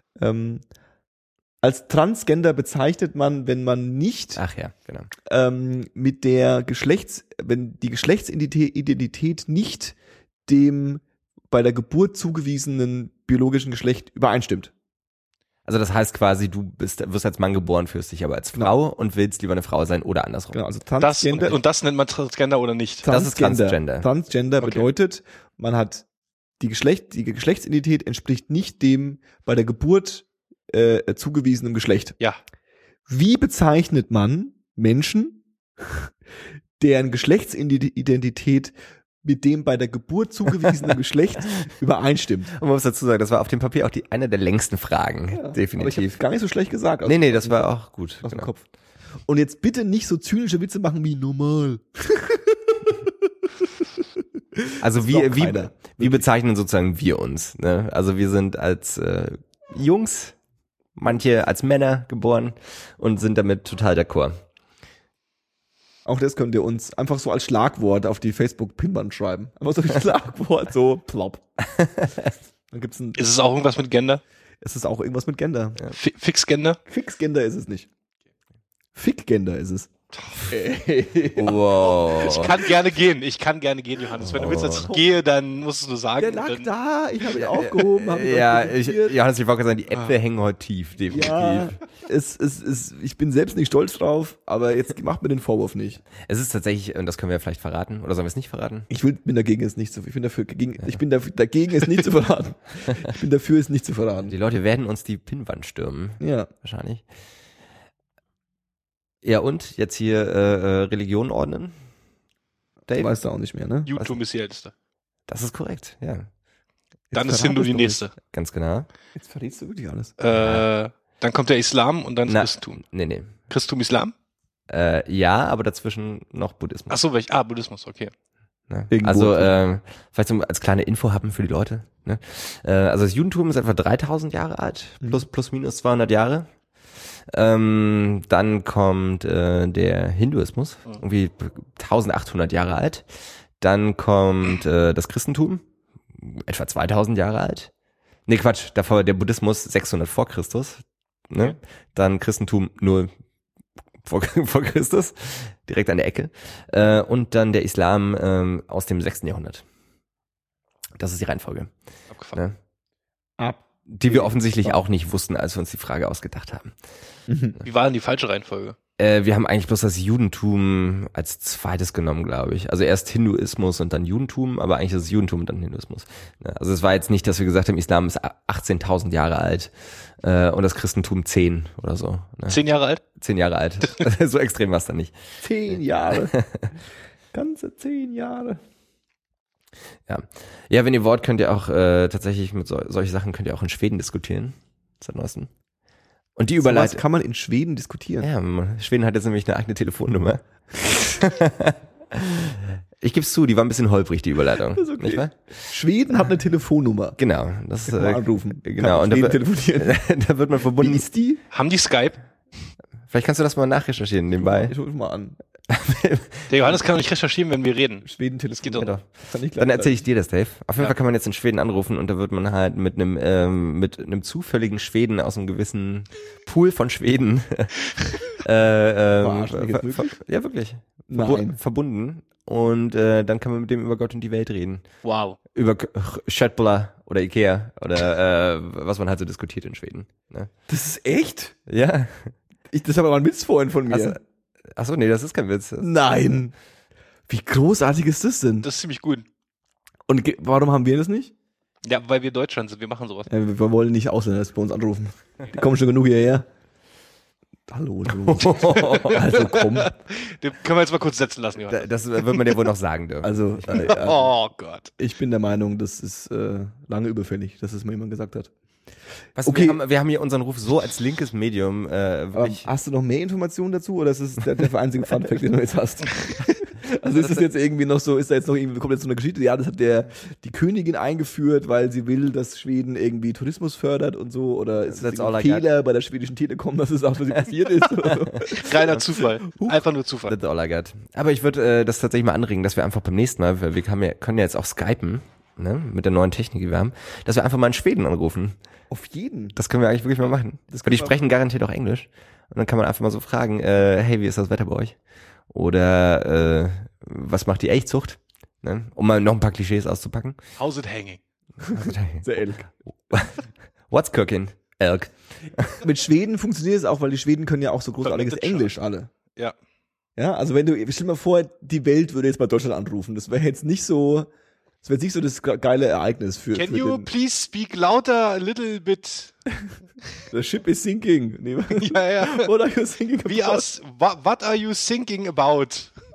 Als Transgender bezeichnet man, wenn man nicht Ach ja, genau. mit der wenn die Geschlechtsidentität nicht dem bei der Geburt zugewiesenen biologischen Geschlecht übereinstimmt. Also das heißt quasi, du wirst als Mann geboren, fühlst dich aber als Frau und willst lieber eine Frau sein oder andersrum. Genau, also Transgender. Und das nennt man Transgender oder nicht? Das ist Transgender. Transgender Okay. bedeutet, man hat die Geschlechtsidentität entspricht nicht dem bei der Geburt zugewiesenen Geschlecht. Ja. Wie bezeichnet man Menschen, deren Geschlechtsidentität mit dem bei der Geburt zugewiesenen Geschlecht übereinstimmt? Und man muss dazu sagen, das war auf dem Papier auch eine der längsten Fragen, Aber ich definitiv. habe gar nicht so schlecht gesagt. Nee, das war auch gut. aus dem Genau. Kopf. Und jetzt bitte nicht so zynische Witze machen wie normal. Also Das ist doch keiner. wie bezeichnen sozusagen wir uns? Ne? Also wir sind als Jungs, manche als Männer geboren und sind damit total d'accord. Auch das könnt ihr uns einfach so als Schlagwort auf die Facebook-Pinwand schreiben. Einfach so ein Schlagwort, so plopp. Dann gibt's Ist es auch irgendwas mit Gender? es ist auch irgendwas mit Gender. Ja. Fixgender? Fixgender ist es nicht. Fickgender ist es. Wow. Ich kann gerne gehen, Johannes. Wenn du willst, dass ich gehe, dann musst du sagen. Der lag dann, da, ich habe ihn aufgehoben. Hab ihn Ja, präsentiert. Johannes, ich wollte gerade sagen, die Äpfel hängen heute tief, definitiv. Ja, ich bin selbst nicht stolz drauf, aber jetzt macht mir den Vorwurf nicht. Es ist tatsächlich, und das können wir vielleicht verraten, oder sollen wir es nicht verraten? Bin dagegen, es nicht zu verraten. Ich bin dagegen, es nicht zu verraten. Ich bin dafür, es nicht zu verraten. Die Leute werden uns die Pinnwand stürmen, Ja. wahrscheinlich. Ja, und jetzt hier Religion ordnen? Dave? Weißt du auch nicht mehr, ne? Judentum ist die älteste. Das ist korrekt, ja. Dann Jetzt ist Hindu verrat die es doch nächste. Ganz genau. Jetzt verrätst du wirklich alles. Dann kommt der Islam und dann das Na. Christentum. Nee. Christentum, Islam? Ja, aber dazwischen noch Buddhismus. Achso, Buddhismus, okay. Ne? Irgendwo. Also vielleicht so als kleine Info haben für die Leute. Ne? Also das Judentum ist etwa 3000 Jahre alt, plus minus 200 Jahre. Dann kommt der Hinduismus, irgendwie 1800 Jahre alt. Dann kommt das Christentum, etwa 2000 Jahre alt. Nee, Quatsch, davor der Buddhismus 600 vor Christus. Ne? Okay. Dann Christentum nur vor Christus, direkt an der Ecke. Und dann der Islam aus dem 6. Jahrhundert. Das ist die Reihenfolge. Abgefahren. Ne? Ab. Die wir offensichtlich auch nicht wussten, als wir uns die Frage ausgedacht haben. Wie war denn die falsche Reihenfolge? Wir haben eigentlich bloß das Judentum als zweites genommen, glaube ich. Also erst Hinduismus und dann Judentum, aber eigentlich ist es Judentum und dann Hinduismus. Also es war jetzt nicht, dass wir gesagt haben, Islam ist 18.000 Jahre alt und das Christentum 10 oder so. Ne? 10 Jahre alt? 10 Jahre alt. So extrem war es dann nicht. 10 Jahre. Ganze 10 Jahre. Ja, wenn ihr wollt, könnt ihr auch tatsächlich mit solche Sachen könnt ihr auch in Schweden diskutieren. Seit neuestem. Und die sowas Überleitung. kann man in Schweden diskutieren. Ja, Schweden hat jetzt nämlich eine eigene Telefonnummer. Ich gebe es zu, die war ein bisschen holprig, die Überleitung. Das ist okay. Nicht wahr? Schweden hat eine Telefonnummer. Genau. Das Kann man anrufen. Genau. Kann Und da, Schweden telefonieren. da wird man Wie verbunden. ist die? Haben die Skype? Vielleicht kannst du das mal nachrecherchieren nebenbei. Ich rufe mal an. Der Johannes kann doch nicht recherchieren, wenn wir reden. Schweden Das geht telefonieren. doch. Ja, doch. Kann ich gleich Dann erzähle ich dir das, Dave. Auf jeden Ja. Fall kann man jetzt in Schweden anrufen und da wird man halt mit einem zufälligen Schweden aus einem gewissen Pool von Schweden Verarschen mich jetzt wirklich? ja wirklich Nein. verbunden und dann kann man mit dem über Gott und die Welt reden. Wow. Über Schöttbula oder Ikea oder was man halt so diskutiert in Schweden. Ne? Das ist echt? Ja. Das ist aber mal ein Witzfreund von mir. Achso, nee, das ist kein Witz. Nein. Wie großartig ist das denn? Das ist ziemlich gut. Und warum haben wir das nicht? Ja, weil wir Deutschland sind, wir machen sowas. Wir wollen nicht Ausländer bei uns anrufen. Die kommen schon genug hierher. Hallo, du. Also komm. Den können wir jetzt mal kurz setzen lassen, Johannes. Das wird man dir wohl noch sagen dürfen. Also, Oh Gott. ich bin der Meinung, das ist lange überfällig, dass es mir jemand gesagt hat. Was, okay. wir haben hier unseren Ruf so als linkes Medium wirklich. Hast du noch mehr Informationen dazu oder ist es der einzige Funfact, den du jetzt hast? Also ist das jetzt irgendwie noch so, ist da jetzt noch irgendwie, kommt jetzt so eine Geschichte, ja, das hat die Königin eingeführt, weil sie will, dass Schweden irgendwie Tourismus fördert und so, oder ist das That's all ein I got. Fehler bei der schwedischen Telekom, dass es auch für sie passiert ist? Oder so? Reiner Zufall. Einfach nur Zufall. That's all I got. Aber ich würde das tatsächlich mal anregen, dass wir einfach beim nächsten Mal, weil wir können ja jetzt auch skypen, ne, mit der neuen Technik, die wir haben, dass wir einfach mal in Schweden anrufen. Auf jeden. Das können wir eigentlich wirklich mal machen. Und die sprechen garantiert auch Englisch. Und dann kann man einfach mal so fragen, hey, wie ist das Wetter bei euch? Oder was macht die Elchzucht? Ne? Um mal noch ein paar Klischees auszupacken. How's it hanging? Sehr ehrlich. What's cooking? Elk. Mit Schweden funktioniert es auch, weil die Schweden können ja auch so großartiges Verwendet schon. Englisch alle. Ja. Ja, also stell dir mal vor, die Welt würde jetzt mal Deutschland anrufen. Das wäre jetzt nicht so, das geile Ereignis für Can you den, please speak louder a little bit? the ship is sinking. Nee, Ja, ja. What are you thinking about? What are you thinking about?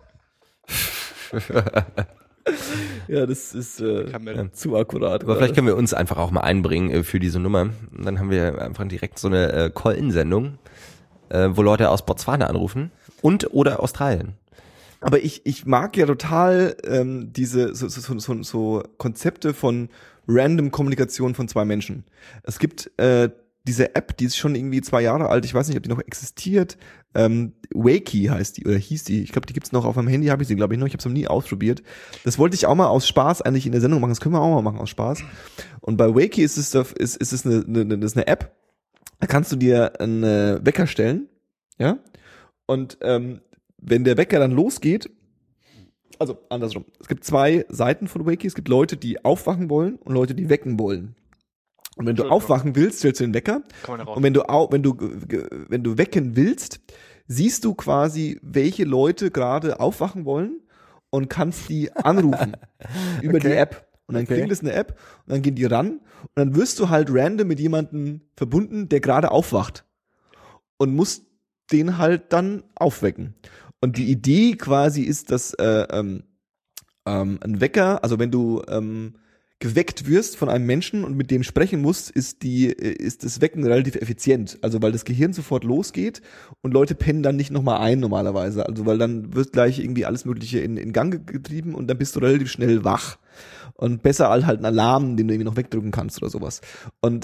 Ja, das ist Kann man- zu akkurat. Aber vielleicht können wir uns einfach auch mal einbringen für diese Nummer. Und dann haben wir einfach direkt so eine Call-In-Sendung, wo Leute aus Botswana anrufen oder Australien. Aber ich mag ja total diese so Konzepte von random Kommunikation von zwei Menschen. Es gibt diese App, die ist schon irgendwie 2 Jahre alt, ich weiß nicht, ob die noch existiert. Wakey heißt die, oder hieß die. Ich glaube, die gibt's noch auf meinem Handy, habe ich sie, glaube ich, noch. Ich habe es noch nie ausprobiert. Das wollte ich auch mal aus Spaß eigentlich in der Sendung machen. Das können wir auch mal machen aus Spaß. Und bei Wakey ist es eine App. Da kannst du dir einen Wecker stellen, ja. Und wenn der Wecker dann losgeht, also andersrum. Es gibt 2 Seiten von Wakey. Es gibt Leute, die aufwachen wollen und Leute, die wecken wollen. Und wenn du aufwachen willst, stellst du den Wecker. Kann man ja raus. Und wenn du wecken willst, siehst du quasi, welche Leute gerade aufwachen wollen und kannst die anrufen über die App. Und dann klingt es eine App und dann gehen die ran und dann wirst du halt random mit jemandem verbunden, der gerade aufwacht und musst den halt dann aufwecken. Und die Idee quasi ist, dass ein Wecker, also wenn du geweckt wirst von einem Menschen und mit dem sprechen musst, ist das Wecken relativ effizient. Also weil das Gehirn sofort losgeht und Leute pennen dann nicht nochmal ein normalerweise. Also weil dann wird gleich irgendwie alles Mögliche in Gang getrieben und dann bist du relativ schnell wach. Und besser als halt ein Alarm, den du irgendwie noch wegdrücken kannst oder sowas. Und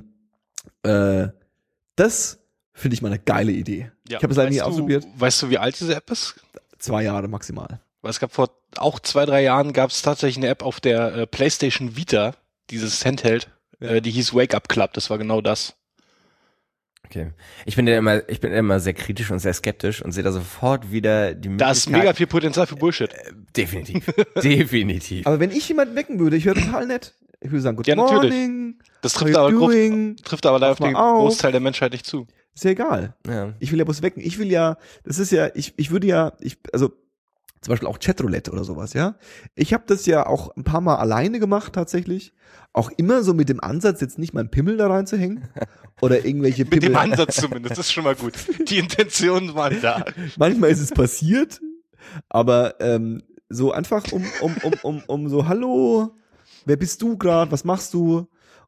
das finde ich mal eine geile Idee. Ja. Ich habe es leider nie Weißt du- ausprobiert. Weißt du, wie alt diese App ist? 2 Jahre maximal. Weil es gab vor auch 2-3 Jahren gab es tatsächlich eine App auf der PlayStation Vita, dieses Handheld, Ja. die hieß Wake Up Club, das war genau das. Okay. Ich bin ja immer sehr kritisch und sehr skeptisch und sehe da sofort wieder die Da ist mega viel Potenzial für Bullshit. Definitiv. Definitiv. Aber wenn ich jemanden wecken würde, ich wäre total nett. Ich würde sagen, Good Ja, natürlich. morning, Das how trifft you aber, doing? trifft aber leider auf Pass den mal auf. Großteil der Menschheit nicht zu. Ist ja egal. Ja. Ich will ja bloß wecken. Ich will ja, das ist ja, ich würde ja, also zum Beispiel auch Chatroulette oder sowas, ja. Ich habe das ja auch ein paar Mal alleine gemacht tatsächlich. Auch immer so mit dem Ansatz, jetzt nicht meinen Pimmel da reinzuhängen. Oder irgendwelche Mit dem Pimmel. Ansatz zumindest, das ist schon mal gut. Die Intentionen waren da. Manchmal ist es passiert, aber so einfach um so, hallo, wer bist du gerade, was machst du?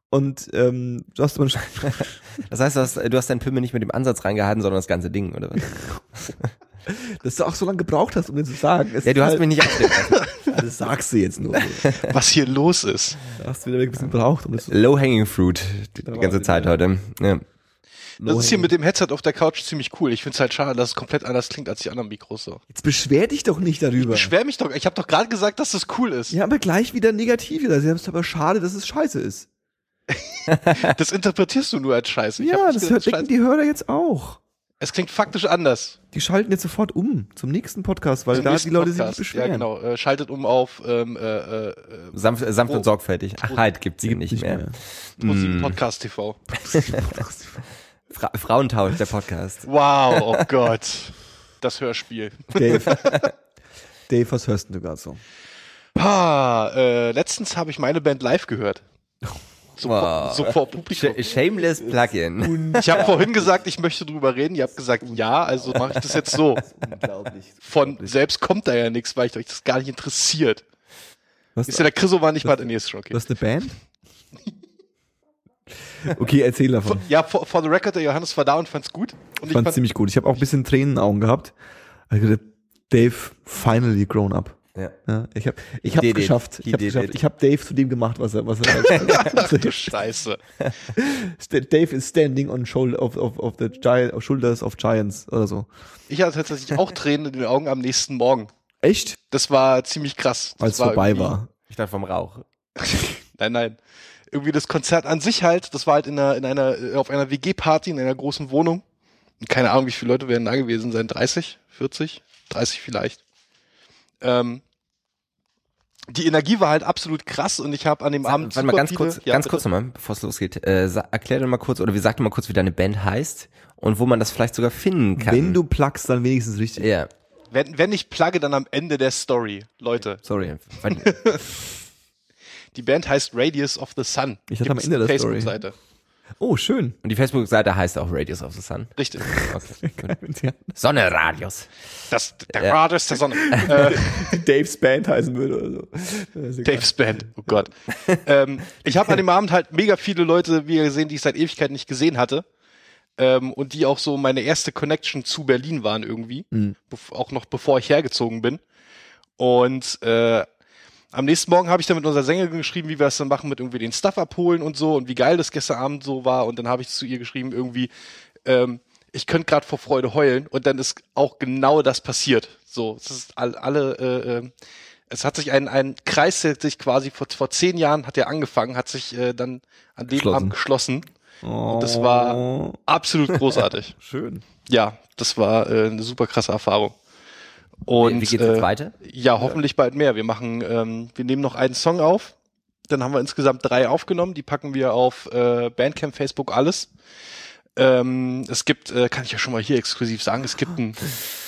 Und du hast immer Das heißt, du hast deinen Pimmel nicht mit dem Ansatz reingehalten, sondern das ganze Ding, oder was? dass du auch so lange gebraucht hast, um den zu sagen. Es Ja, du ist hast halt, mich nicht aufnehmen lassen. das sagst du jetzt nur. So. Was hier los ist. Da hast du wieder ein bisschen gebraucht, um das zu Low-hanging fruit die ganze Zeit heute. Ja. Das ist hier mit dem Headset auf der Couch ziemlich cool. Ich finde es halt schade, dass es komplett anders klingt als die anderen Mikros so. Jetzt beschwer dich doch nicht darüber. Beschwer mich doch. Ich habe doch gerade gesagt, dass das cool ist. Ja, aber gleich wieder negativ wieder. Sie haben es aber schade, dass es scheiße ist. Das interpretierst du nur als Scheiße. Ich hab Ja, nicht das gesagt, denken Scheiße. die Hörer jetzt auch. Es klingt faktisch anders. Die schalten jetzt sofort zum nächsten Podcast, weil Zum da nächsten die Leute sich Podcast. nicht beschweren. Ja, genau. Schaltet um auf Sanft und sorgfältig. Ach, halt, gibt's sie nicht mehr. Podcast TV. Frauentausch, der Podcast. Wow, oh Gott. Das Hörspiel. Dave, was hörst denn du gerade so? Letztens habe ich meine Band live gehört. So, Wow. so vor Publikum. Shameless Plugin. Ich habe vorhin gesagt, ich möchte drüber reden. Ihr habt gesagt, ja, also mache ich das jetzt so. Unglaublich. Von selbst kommt da ja nichts, weil euch das gar nicht interessiert. Was, Ist ja der Chriso war nicht mal in jetzt schon, okay. was ist eine Band? Okay, erzähl davon. Ja, for the record, der Johannes war da und fand's gut. Und Ich fand's ziemlich gut. Ich habe auch ein bisschen Tränen in den Augen gehabt. Ich dachte, Dave finally grown up. Ja. Ja, ich hab's did it. geschafft. He Ich hab's did geschafft. it. Ich habe Dave zu dem gemacht, was er Ach du Scheiße. Dave is standing on shoulders of giants oder so. Ich hatte tatsächlich auch Tränen in den Augen am nächsten Morgen. Echt? Das war ziemlich krass. Weil es vorbei irgendwie- war. Ich dachte vom Rauch. Nein. Irgendwie das Konzert an sich halt, das war halt auf einer WG-Party in einer großen Wohnung. Und keine Ahnung, wie viele Leute werden da gewesen sein. 30, 40, 30 vielleicht. Die Energie war halt absolut krass und ich habe an dem Abend Warte mal super ganz viele- kurz, Ja, ganz bitte. kurz nochmal, bevor es losgeht. Erklär doch mal kurz, oder sag doch mal kurz, wie deine Band heißt und wo man das vielleicht sogar finden kann. Wenn du pluggst, dann wenigstens richtig. Ja, Wenn ich plugge, dann am Ende der Story. Leute, Sorry. die Band heißt Radius of the Sun. Ich hatte am Gibt's Ende eine der Story. Facebook-Seite. Oh, schön. und die Facebook-Seite heißt auch Radius of the Sun. Richtig. Sonne Radius. Der Radius der Sonne. Dave's Band heißen würde oder so. Das ist egal. Dave's Band, oh Gott. Ich habe an dem Abend halt mega viele Leute wieder gesehen, die ich seit Ewigkeit nicht gesehen hatte. Und die auch so meine erste Connection zu Berlin waren irgendwie. Auch noch bevor ich hergezogen bin. Und am nächsten Morgen habe ich dann mit unserer Sängerin geschrieben, wie wir das dann machen mit irgendwie den Stuff abholen und so und wie geil das gestern Abend so war. Und dann habe ich zu ihr geschrieben irgendwie, ich könnte gerade vor Freude heulen. Und dann ist auch genau das passiert. So, es ist es hat sich ein Kreis, der sich quasi vor 10 Jahren hat er angefangen, hat sich dann an dem Abend geschlossen. Und das war absolut großartig. Schön. Ja, das war eine super krasse Erfahrung. Und Wie geht's jetzt weiter? Ja, hoffentlich bald mehr. Wir nehmen noch einen Song auf. Dann haben wir insgesamt 3 aufgenommen. Die packen wir auf Bandcamp, Facebook, alles. Es gibt, kann ich ja schon mal hier exklusiv sagen, es gibt ein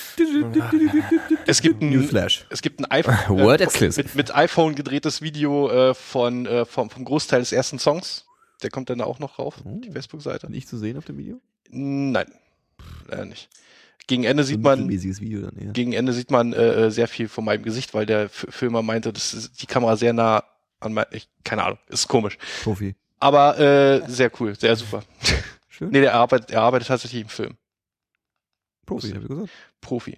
Newsflash. Es gibt ein iPhone, Word exclusive. mit iPhone gedrehtes Video vom Großteil des ersten Songs. Der kommt dann da auch noch rauf, die Facebook-Seite. Nicht zu sehen auf dem Video? Nein, leider nicht. Gegen Ende So sieht ein man, mittelmäßiges Video dann, ja. gegen Ende sieht man sehr viel von meinem Gesicht, weil der Filmer meinte, das ist die Kamera sehr nah an keine Ahnung, ist komisch. Profi. Aber sehr cool, sehr super. Schön. Nee, er arbeitet tatsächlich im Film. Profi, hab ich gesagt. Profi.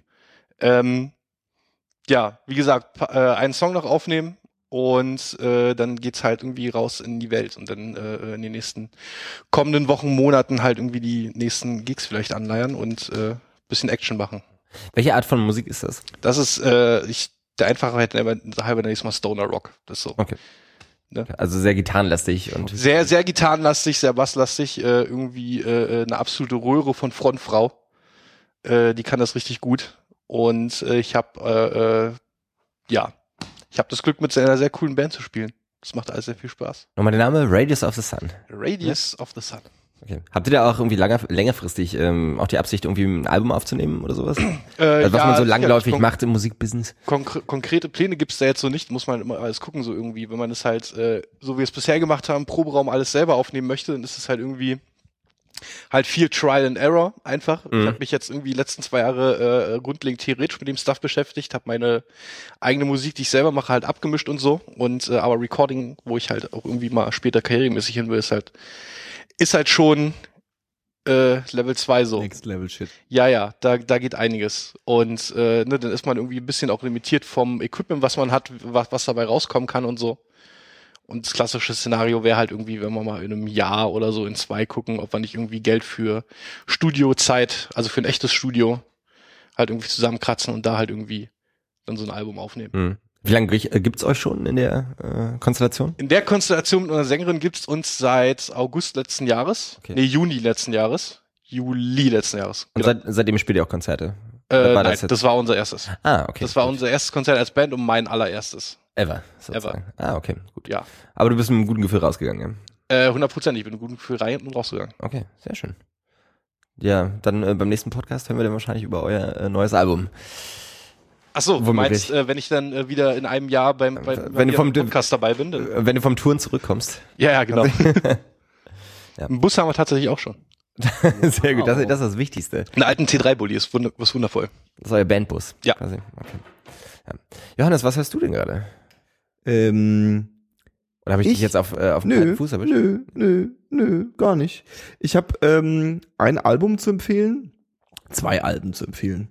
Ja, wie gesagt, einen Song noch aufnehmen und dann geht's halt irgendwie raus in die Welt und dann in den nächsten kommenden Wochen, Monaten halt irgendwie die nächsten Gigs vielleicht anleiern und bisschen Action machen. Welche Art von Musik ist das? Das ist der Einfachheit halber nenne ich mal Stoner Rock. Das ist so. Okay. Ne? Also sehr gitarrenlastig und Sehr, sehr gitarrenlastig, sehr basslastig, irgendwie eine absolute Röhre von Frontfrau. Die kann das richtig gut. Und ich habe das Glück, mit einer sehr coolen Band zu spielen. Das macht alles sehr viel Spaß. nochmal der Name Radius of the Sun. Radius of the Sun. Okay. Habt ihr da auch irgendwie längerfristig auch die Absicht, irgendwie ein Album aufzunehmen oder sowas? Also was ja, man so sicherlich. langläufig macht im Musikbusiness? Konkrete Pläne gibt's da jetzt so nicht, muss man immer alles gucken, so irgendwie. Wenn man es halt, so wie wir es bisher gemacht haben, Proberaum alles selber aufnehmen möchte, dann ist es halt irgendwie halt viel Trial and Error einfach. Mhm. Ich habe mich jetzt irgendwie die letzten 2 Jahre grundlegend theoretisch mit dem Stuff beschäftigt, habe meine eigene Musik, die ich selber mache, halt abgemischt und so. Und aber Recording, wo ich halt auch irgendwie mal später karrieremäßig hin will, ist halt schon Level 2 so. Next Level Shit. Ja, da geht einiges. Und dann ist man irgendwie ein bisschen auch limitiert vom Equipment, was man hat, was dabei rauskommen kann und so. Und das klassische Szenario wäre halt irgendwie, wenn wir mal in einem Jahr oder so in 2 gucken, ob wir nicht irgendwie Geld für Studiozeit, also für ein echtes Studio, halt irgendwie zusammenkratzen und da halt irgendwie dann so ein Album aufnehmen. Mhm. Wie lange gibt's euch schon in der Konstellation? In der Konstellation mit einer Sängerin gibt's uns seit August letzten Jahres. Okay. Nee, Juli letzten Jahres. Und Genau. seitdem spielt ihr auch Konzerte? Nein, das war unser erstes. Ah, okay. Das war gut. unser erstes Konzert als Band und mein allererstes. Ever, sozusagen. Ah, okay, gut. Ja. Aber du bist mit einem guten Gefühl rausgegangen, ja? 100%. Ich bin mit gutem Gefühl rein und rausgegangen. Okay, sehr schön. Ja, dann beim nächsten Podcast hören wir dann wahrscheinlich über euer neues Album. Ach so, du Womöglich. meinst, wenn ich dann wieder in einem Jahr beim Wenn du vom Podcast dabei bin? Dann, Wenn du vom Touren zurückkommst. ja, genau. Ja. Einen Bus haben wir tatsächlich auch schon. Sehr gut, das ist das Wichtigste. Einen alten T3-Bulli, ist wundervoll. Das ist euer Bandbus. Ja. Quasi. Okay. Ja. Johannes, was hörst du denn gerade? Oder habe ich dich jetzt auf den kalten Fuß erwischt? Nö, gar nicht. Ich habe ein Album zu empfehlen, 2 Alben zu empfehlen.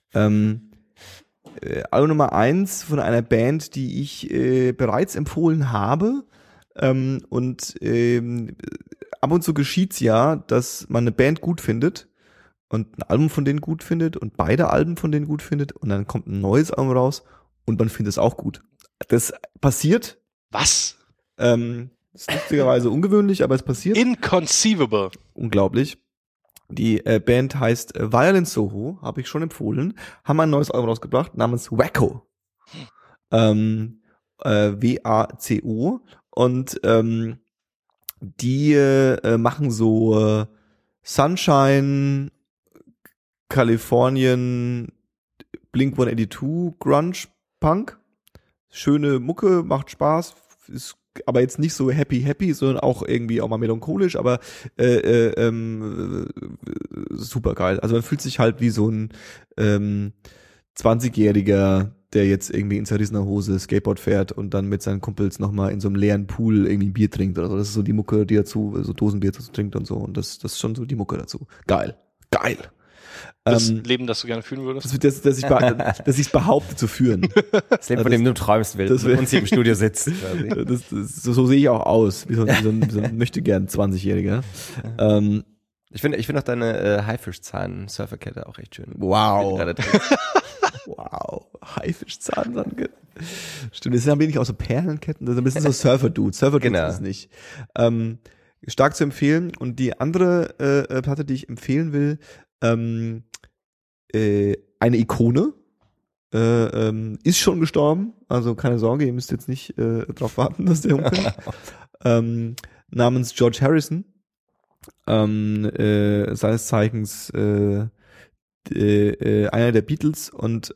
Album Nummer 1 von einer Band, die ich bereits empfohlen habe. Und ab und zu geschieht's ja, dass man eine Band gut findet und ein Album von denen gut findet und beide Alben von denen gut findet und dann kommt ein neues Album raus und man findet es auch gut. Das passiert. Was? Ist lustigerweise ungewöhnlich, aber es passiert. Inconceivable. Unglaublich. Die Band heißt Violent Soho, habe ich schon empfohlen, haben ein neues Album rausgebracht namens Wacko. W-A-C-O. Und die machen so Sunshine, Kalifornien, Blink-182, Grunge, Punk. Schöne Mucke, macht Spaß, ist aber jetzt nicht so happy, sondern auch irgendwie auch mal melancholisch, aber super geil. Also man fühlt sich halt wie so ein 20-Jähriger, der jetzt irgendwie in zerrissener Hose Skateboard fährt und dann mit seinen Kumpels nochmal in so einem leeren Pool irgendwie ein Bier trinkt oder so. Das ist so die Mucke, die dazu, so Dosenbier dazu trinkt und so. Und das ist schon so die Mucke dazu. Geil. Das Leben, das du gerne führen würdest? Dass ich behaupte zu führen. Das Leben, von dem du träumst, will, das mit uns hier im Studio sitzt. Quasi. So sehe ich auch aus, wie so ein möchte gern 20-Jähriger. Ich finde auch deine Haifischzahn-Surferkette auch echt schön. Wow. Wow. Haifischzahn. Stimmt, das sind ein wenig auch so Perlenketten, das ist ein bisschen so Surfer-Dudes. Surfer-Dudes Genau. ist es nicht. Stark zu empfehlen. Und die andere Platte, die ich empfehlen will, eine Ikone, ist schon gestorben, also keine Sorge, ihr müsst jetzt nicht drauf warten, dass der umkommt. Namens George Harrison, seines Zeichens einer der Beatles und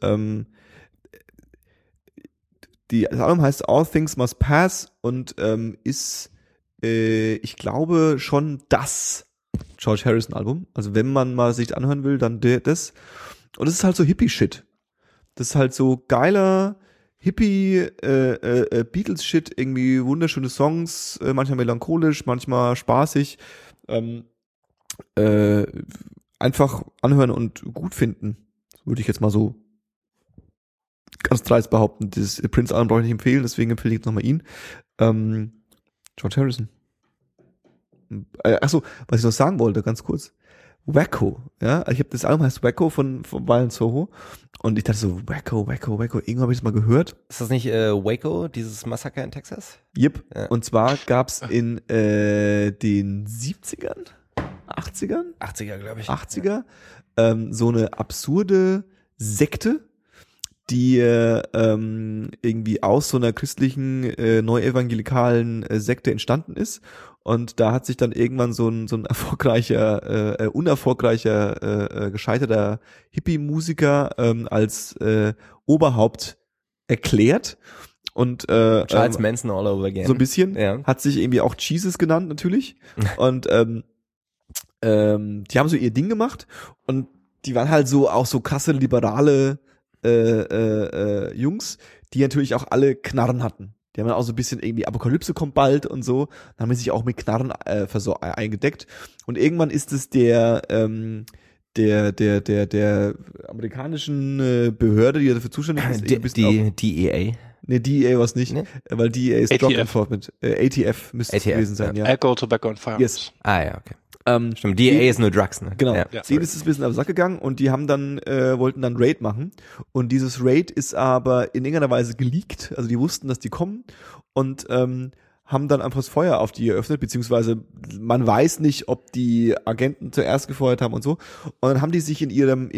das Album heißt All Things Must Pass und ist, ich glaube, schon das George Harrison Album. Also wenn man mal sich anhören will, dann das. Und es ist halt so Hippie-Shit. Das ist halt so geiler Hippie-Beatles-Shit, irgendwie wunderschöne Songs, manchmal melancholisch, manchmal spaßig. Einfach anhören und gut finden. Würde ich jetzt mal so ganz dreist behaupten. Das Prince-Album brauche ich nicht empfehlen, deswegen empfehle ich jetzt nochmal ihn. George Harrison. Achso, was ich noch sagen wollte, ganz kurz. Wacko, ja, ich habe das Album heißt Wacko von Violent Soho und ich dachte so, Wacko, irgendwann habe ich das mal gehört. Ist das nicht Waco, dieses Massaker in Texas? Yep, Ja. und zwar gab's in den 70ern, 80ern, 80er, glaube ich. 80er, so eine absurde Sekte, die irgendwie aus so einer christlichen, neuevangelikalen Sekte entstanden ist. Und da hat sich dann irgendwann so ein unerfolgreicher, gescheiterter Hippie-Musiker als Oberhaupt erklärt. Und Charles Manson all over again. so ein bisschen, Ja. hat sich irgendwie auch Jesus genannt natürlich. Und die haben so ihr Ding gemacht und die waren halt so auch so krasse liberale Jungs, die natürlich auch alle Knarren hatten. Die haben dann auch so ein bisschen irgendwie Apokalypse kommt bald und so. Dann haben die sich auch mit Knarren eingedeckt. Und irgendwann ist es der amerikanischen Behörde, die dafür zuständig ist. Die DEA. Ne, DEA war es nicht, Ne? Weil DEA ist ATF. Drug Enforcement. ATF müsste es gewesen sein, ja. Alcohol, Tobacco and Firearms. Yes. Ah ja, okay. Stimmt, DEA ist nur Drugs, ne? Genau. Ja. Denen ist es ein bisschen auf den Sack gegangen und die haben dann, wollten dann Raid machen. Und dieses Raid ist aber in irgendeiner Weise geleakt. Also die wussten, dass die kommen und haben dann einfach das Feuer auf die eröffnet, beziehungsweise man weiß nicht, ob die Agenten zuerst gefeuert haben und so. Und dann haben die sich in ihrem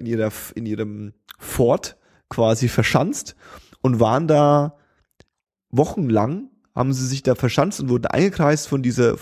Fort quasi verschanzt und waren da wochenlang, haben sie sich da verschanzt und wurden eingekreist von dieser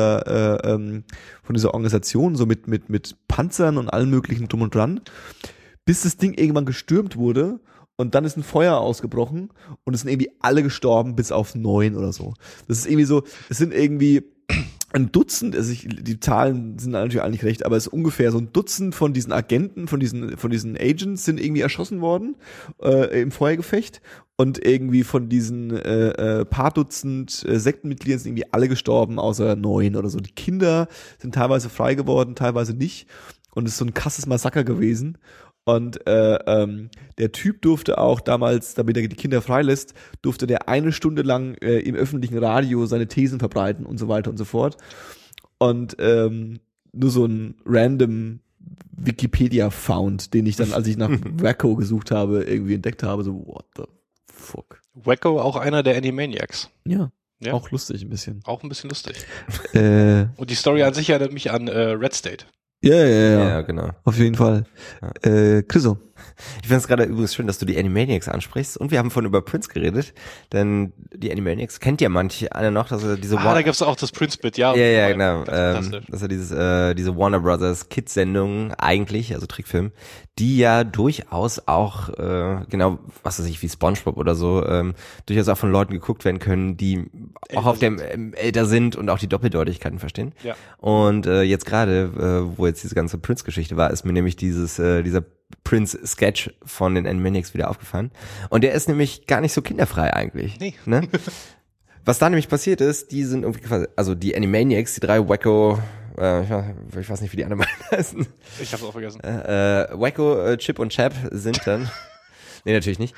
Organisation, so mit Panzern und allem möglichen drum und dran, bis das Ding irgendwann gestürmt wurde und dann ist ein Feuer ausgebrochen und es sind irgendwie alle gestorben, bis auf 9 oder so. Das ist irgendwie so, es sind irgendwie ein Dutzend, also die Zahlen sind natürlich eigentlich recht, aber es ist ungefähr so ein Dutzend von diesen Agenten, von diesen Agents sind irgendwie erschossen worden im Feuergefecht und irgendwie von diesen paar Dutzend Sektenmitgliedern sind irgendwie alle gestorben, außer 9 oder so. Die Kinder sind teilweise frei geworden, teilweise nicht und es ist so ein krasses Massaker gewesen. Und der Typ durfte auch damals, damit er die Kinder freilässt, durfte der 1 Stunde lang im öffentlichen Radio seine Thesen verbreiten und so weiter und so fort. Und nur so ein random Wikipedia-Found, den ich dann, als ich nach Wacko gesucht habe, irgendwie entdeckt habe, so what the fuck. Wacko auch einer der Animaniacs. Ja, Ja. auch lustig ein bisschen. Auch ein bisschen lustig. Ja, Und die Story an sich erinnert mich an Red State. Ja, genau. auf jeden Fall. Chriso. Ich finde es gerade übrigens schön, dass du die Animaniacs ansprichst und wir haben vorhin über Prince geredet, denn die Animaniacs kennt ja einer noch, dass er diese Da gab's auch das Prince-Bit, ja. Ja, genau. Ganz fantastisch. Dass er diese Warner Brothers Kids-Sendung eigentlich, also Trickfilm, die ja durchaus auch, genau, was weiß ich, wie SpongeBob oder so, durchaus auch von Leuten geguckt werden können, die auch auf dem älter sind und auch die Doppeldeutigkeiten verstehen. Ja. Und jetzt gerade, wo jetzt diese ganze Prince-Geschichte war, ist mir nämlich dieser Prince-Sketch von den Animaniacs wieder aufgefallen. Und der ist nämlich gar nicht so kinderfrei eigentlich. Nee. Ne? Was da nämlich passiert ist, die sind irgendwie quasi, also die Animaniacs, die 3 Wacko, ich weiß nicht, wie die anderen heißen. Ich hab's auch vergessen. Wacko, Chip und Chap sind dann, nee, natürlich nicht,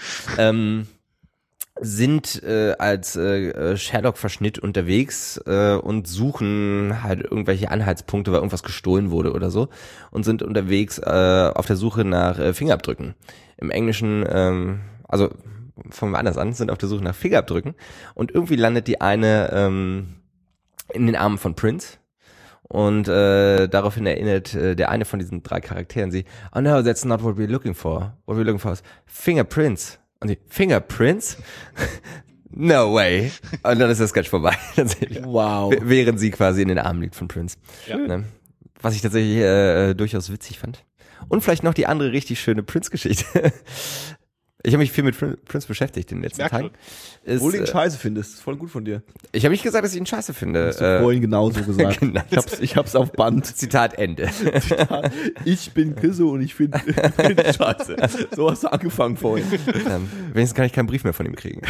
sind als Sherlock-Verschnitt unterwegs und suchen halt irgendwelche Anhaltspunkte, weil irgendwas gestohlen wurde oder so und sind unterwegs auf der Suche nach Fingerabdrücken. Im Englischen, also fangen wir anders an, sind auf der Suche nach Fingerabdrücken und irgendwie landet die eine in den Armen von Prince. Und daraufhin erinnert der eine von diesen 3 Charakteren sie, oh no, that's not what we're looking for. What we're looking for is Fingerprints. Und die, Fingerprints? No way. Und dann ist der Sketch vorbei. Wow. Während sie quasi in den Armen liegt von Prince. Ja. Ne? Was ich tatsächlich durchaus witzig fand. Und vielleicht noch die andere richtig schöne Prince-Geschichte. Ich habe mich viel mit Prince beschäftigt in den letzten Merkt Tagen. Obwohl du ihn scheiße findest, ist voll gut von dir. Ich habe nicht gesagt, dass ich ihn scheiße finde. Hast du vorhin genauso gesagt. Genau. Ich hab's auf Band. Zitat Ende. Ich bin Chriso und ich finde scheiße. So hast du angefangen vorhin. Wenigstens kann ich keinen Brief mehr von ihm kriegen.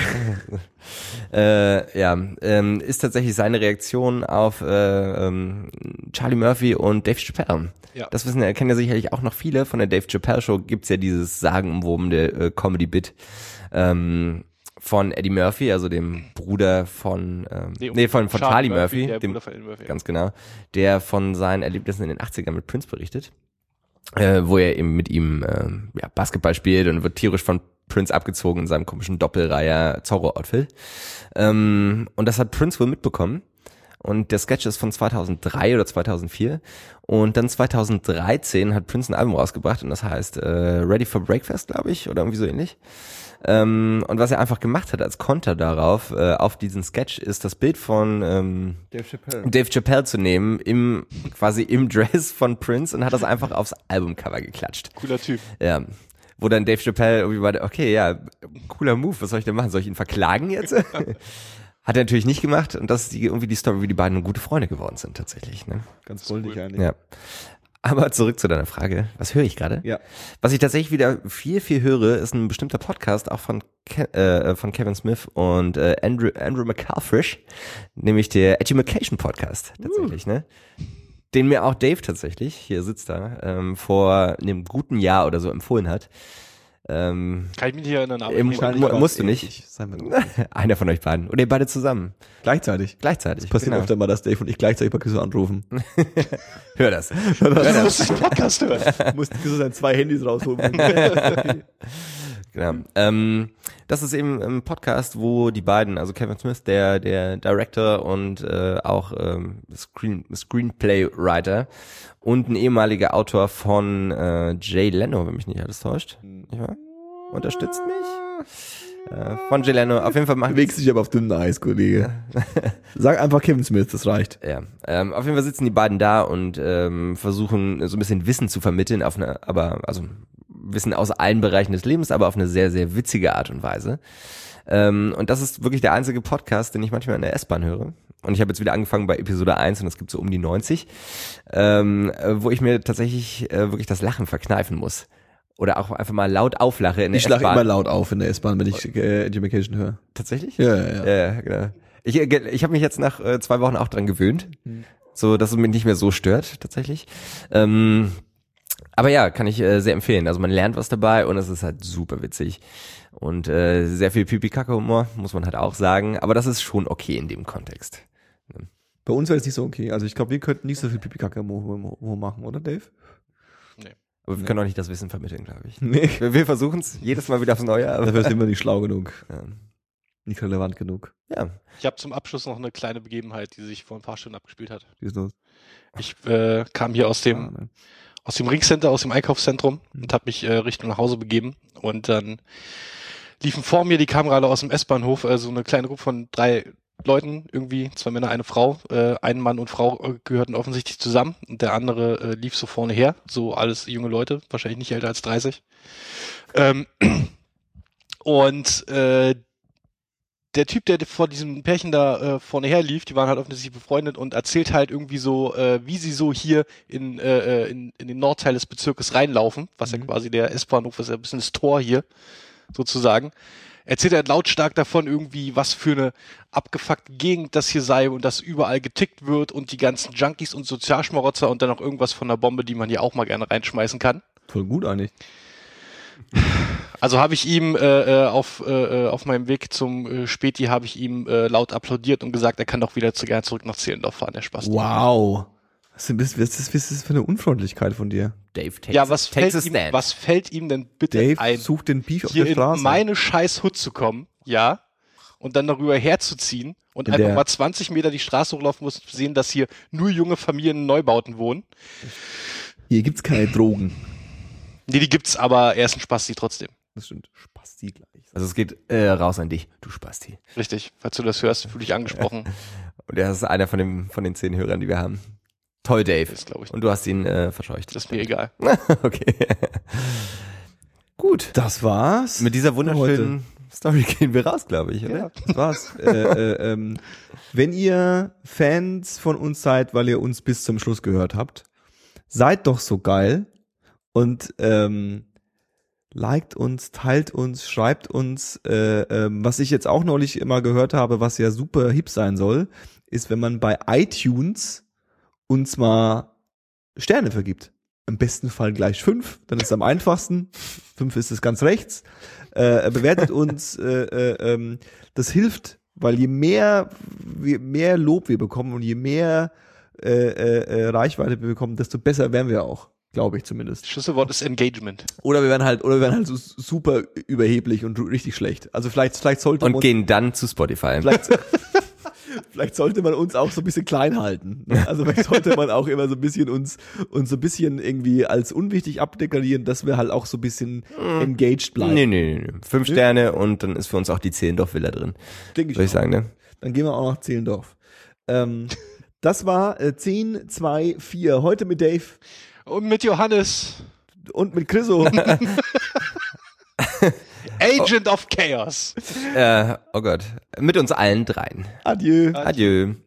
Ist tatsächlich seine Reaktion auf Charlie Murphy und Dave Chappelle. Ja. Das kennen ja sicherlich auch noch viele. Von der Dave Chappelle Show gibt's ja dieses sagenumwobene Comedy-Bit von Eddie Murphy, also dem Bruder von von Charlie Murphy, der dem Bruder von Eddie Murphy. ganz genau, der von seinen Erlebnissen in den 80ern mit Prince berichtet, wo er eben mit ihm Basketball spielt und wird tierisch von Prince abgezogen in seinem komischen Doppelreiher Zorro-Outfit. Und das hat Prince wohl mitbekommen. Und der Sketch ist von 2003 oder 2004. Und dann 2013 hat Prince ein Album rausgebracht und das heißt Ready for Breakfast, glaube ich, oder irgendwie so ähnlich. Und was er einfach gemacht hat als Konter darauf, auf diesen Sketch, ist das Bild von Dave Chappelle zu nehmen, quasi im Dress von Prince und hat das einfach aufs Albumcover geklatscht. Cooler Typ. Ja. Wo dann Dave Chappelle irgendwie meinte, okay, ja, cooler Move, was soll ich denn machen? Soll ich ihn verklagen jetzt? Hat er natürlich nicht gemacht und das ist irgendwie die Story, wie die beiden gute Freunde geworden sind tatsächlich. Ne? Ganz goldig eigentlich. Ja. Aber zurück zu deiner Frage. Was höre ich gerade? Ja. Was ich tatsächlich wieder viel höre, ist ein bestimmter Podcast, auch von Kevin Smith und Andrew McCallfrish, nämlich der Edumacation Podcast tatsächlich, ne? Den mir auch Dave tatsächlich, hier sitzt er, vor einem guten Jahr oder so empfohlen hat. Kann ich mich nicht erinnern, aber musst du nicht. Sei mal gut. Einer von euch beiden. Oder ihr beide zusammen. Gleichzeitig. Gleichzeitig. Passiert genau. öfter mal, dass Dave und ich gleichzeitig bei Küsse anrufen. Hör das. du musst den Podcast hören. Musste Küsse seine 2 Handys rausholen. Genau. Das ist eben ein Podcast, wo die beiden, also Kevin Smith, der Director und auch Screenplay-Writer und ein ehemaliger Autor von Jay Leno, wenn mich nicht alles täuscht. Nicht wahr? Unterstützt mich. Von Jay Leno. Auf jeden Fall machen Bewegst dich aber auf dünnem Eis, Kollege. Sag einfach Kevin Smith, das reicht. Ja, auf jeden Fall sitzen die beiden da und versuchen so ein bisschen Wissen zu vermitteln, Wissen aus allen Bereichen des Lebens, aber auf eine sehr, sehr witzige Art und Weise. Und das ist wirklich der einzige Podcast, den ich manchmal in der S-Bahn höre. Und ich habe jetzt wieder angefangen bei Episode 1 und es gibt so um die 90, wo ich mir tatsächlich wirklich das Lachen verkneifen muss. Oder auch einfach mal laut auflache in der S-Bahn. Ich lache immer laut auf in der S-Bahn, wenn ich Education höre. Tatsächlich? Ja. Ja, genau. Ich habe mich jetzt nach 2 Wochen auch dran gewöhnt, so dass es mich nicht mehr so stört, tatsächlich. Aber ja, kann ich sehr empfehlen. Also man lernt was dabei und es ist halt super witzig. Und sehr viel Pipi-Kacke-Humor, muss man halt auch sagen. Aber das ist schon okay in dem Kontext. Bei uns wäre es nicht so okay. Also ich glaube, wir könnten nicht so viel Pipi-Kacke-Humor machen, oder Dave? Nee. Aber wir können auch nicht das Wissen vermitteln, glaube ich. Nee. Wir versuchen es jedes Mal wieder aufs Neue. Aber Dafür sind wir nicht schlau genug. ja. Nicht relevant genug. Ja. Ich habe zum Abschluss noch eine kleine Begebenheit, die sich vor ein paar Stunden abgespielt hat. Wie ist los? Ich kam hier aus dem Ringcenter, aus dem Einkaufszentrum und habe mich Richtung nach Hause begeben. Und dann liefen vor mir, die kamen gerade aus dem S-Bahnhof, so eine kleine Gruppe von 3 Leuten, irgendwie 2 Männer, eine Frau. Ein Mann und Frau gehörten offensichtlich zusammen und der andere lief so vorne her. So alles junge Leute, wahrscheinlich nicht älter als 30. Der Typ, der vor diesem Pärchen da vorne her lief, die waren halt offensichtlich befreundet und erzählt halt irgendwie so, wie sie so hier in den Nordteil des Bezirkes reinlaufen, was ja quasi der S-Bahnhof ist, ja ein bisschen das Tor hier, sozusagen. Erzählt er lautstark davon irgendwie, was für eine abgefuckte Gegend das hier sei und dass überall getickt wird und die ganzen Junkies und Sozialschmarotzer und dann noch irgendwas von der Bombe, die man hier auch mal gerne reinschmeißen kann. Voll gut eigentlich. Also habe ich ihm auf meinem Weg zum Späti habe ich ihm laut applaudiert und gesagt, er kann doch wieder gerne zurück nach Zehlendorf fahren, der Spaß. Wow. Was ist das für eine Unfreundlichkeit von dir? Dave takes, Ja, was takes a fällt, ihm, stand. was fällt ihm denn bitte Dave ein, sucht den Beef auf hier der in Straße. meine scheiß Hut zu kommen, ja, und dann darüber herzuziehen und In einfach der- mal 20 Meter die Straße hochlaufen muss, zu sehen, dass hier nur junge Familien in Neubauten wohnen. Hier gibt's keine Drogen. Nee, die gibt's, aber er ist ein Spasti trotzdem. Das stimmt. Spasti gleich. Also es geht raus an dich, du Spasti. Richtig, falls du das hörst, fühle dich angesprochen. Und er ist einer von den 10 Hörern, die wir haben. Toll, Dave. Das glaube ich. Und du hast ihn verscheucht. Das ist mir egal. Okay. Gut. Das war's. Mit dieser wunderschönen Story gehen wir raus, glaube ich, oder? Ja. Das war's. Wenn ihr Fans von uns seid, weil ihr uns bis zum Schluss gehört habt, seid doch so geil und liked uns, teilt uns, schreibt uns. Was ich jetzt auch neulich immer gehört habe, was ja super hip sein soll, ist, wenn man bei iTunes uns mal Sterne vergibt. Im besten Fall gleich 5, dann ist es am einfachsten. 5 ist es ganz rechts. Bewertet uns, das hilft, weil je mehr Lob wir bekommen und je mehr Reichweite wir bekommen, desto besser werden wir auch, glaube ich zumindest. Schlüsselwort ist Engagement. Oder wir werden halt so super überheblich und richtig schlecht. Also vielleicht sollte Und man gehen dann zu Spotify. vielleicht sollte man uns auch so ein bisschen klein halten. Also vielleicht sollte man auch immer so ein bisschen uns so ein bisschen irgendwie als unwichtig abdeklarieren, dass wir halt auch so ein bisschen engaged bleiben. Nee. 5 Sterne und dann ist für uns auch die Zehlendorf-Villa drin. Denke ich Würde ich auch. sagen, ne? Dann gehen wir auch nach Zehlendorf. Das war 10, 2, 4. Heute mit Dave Und mit Johannes. und mit Chriso. Agent of Chaos. Oh Gott. Mit uns allen dreien. Adieu. Adieu.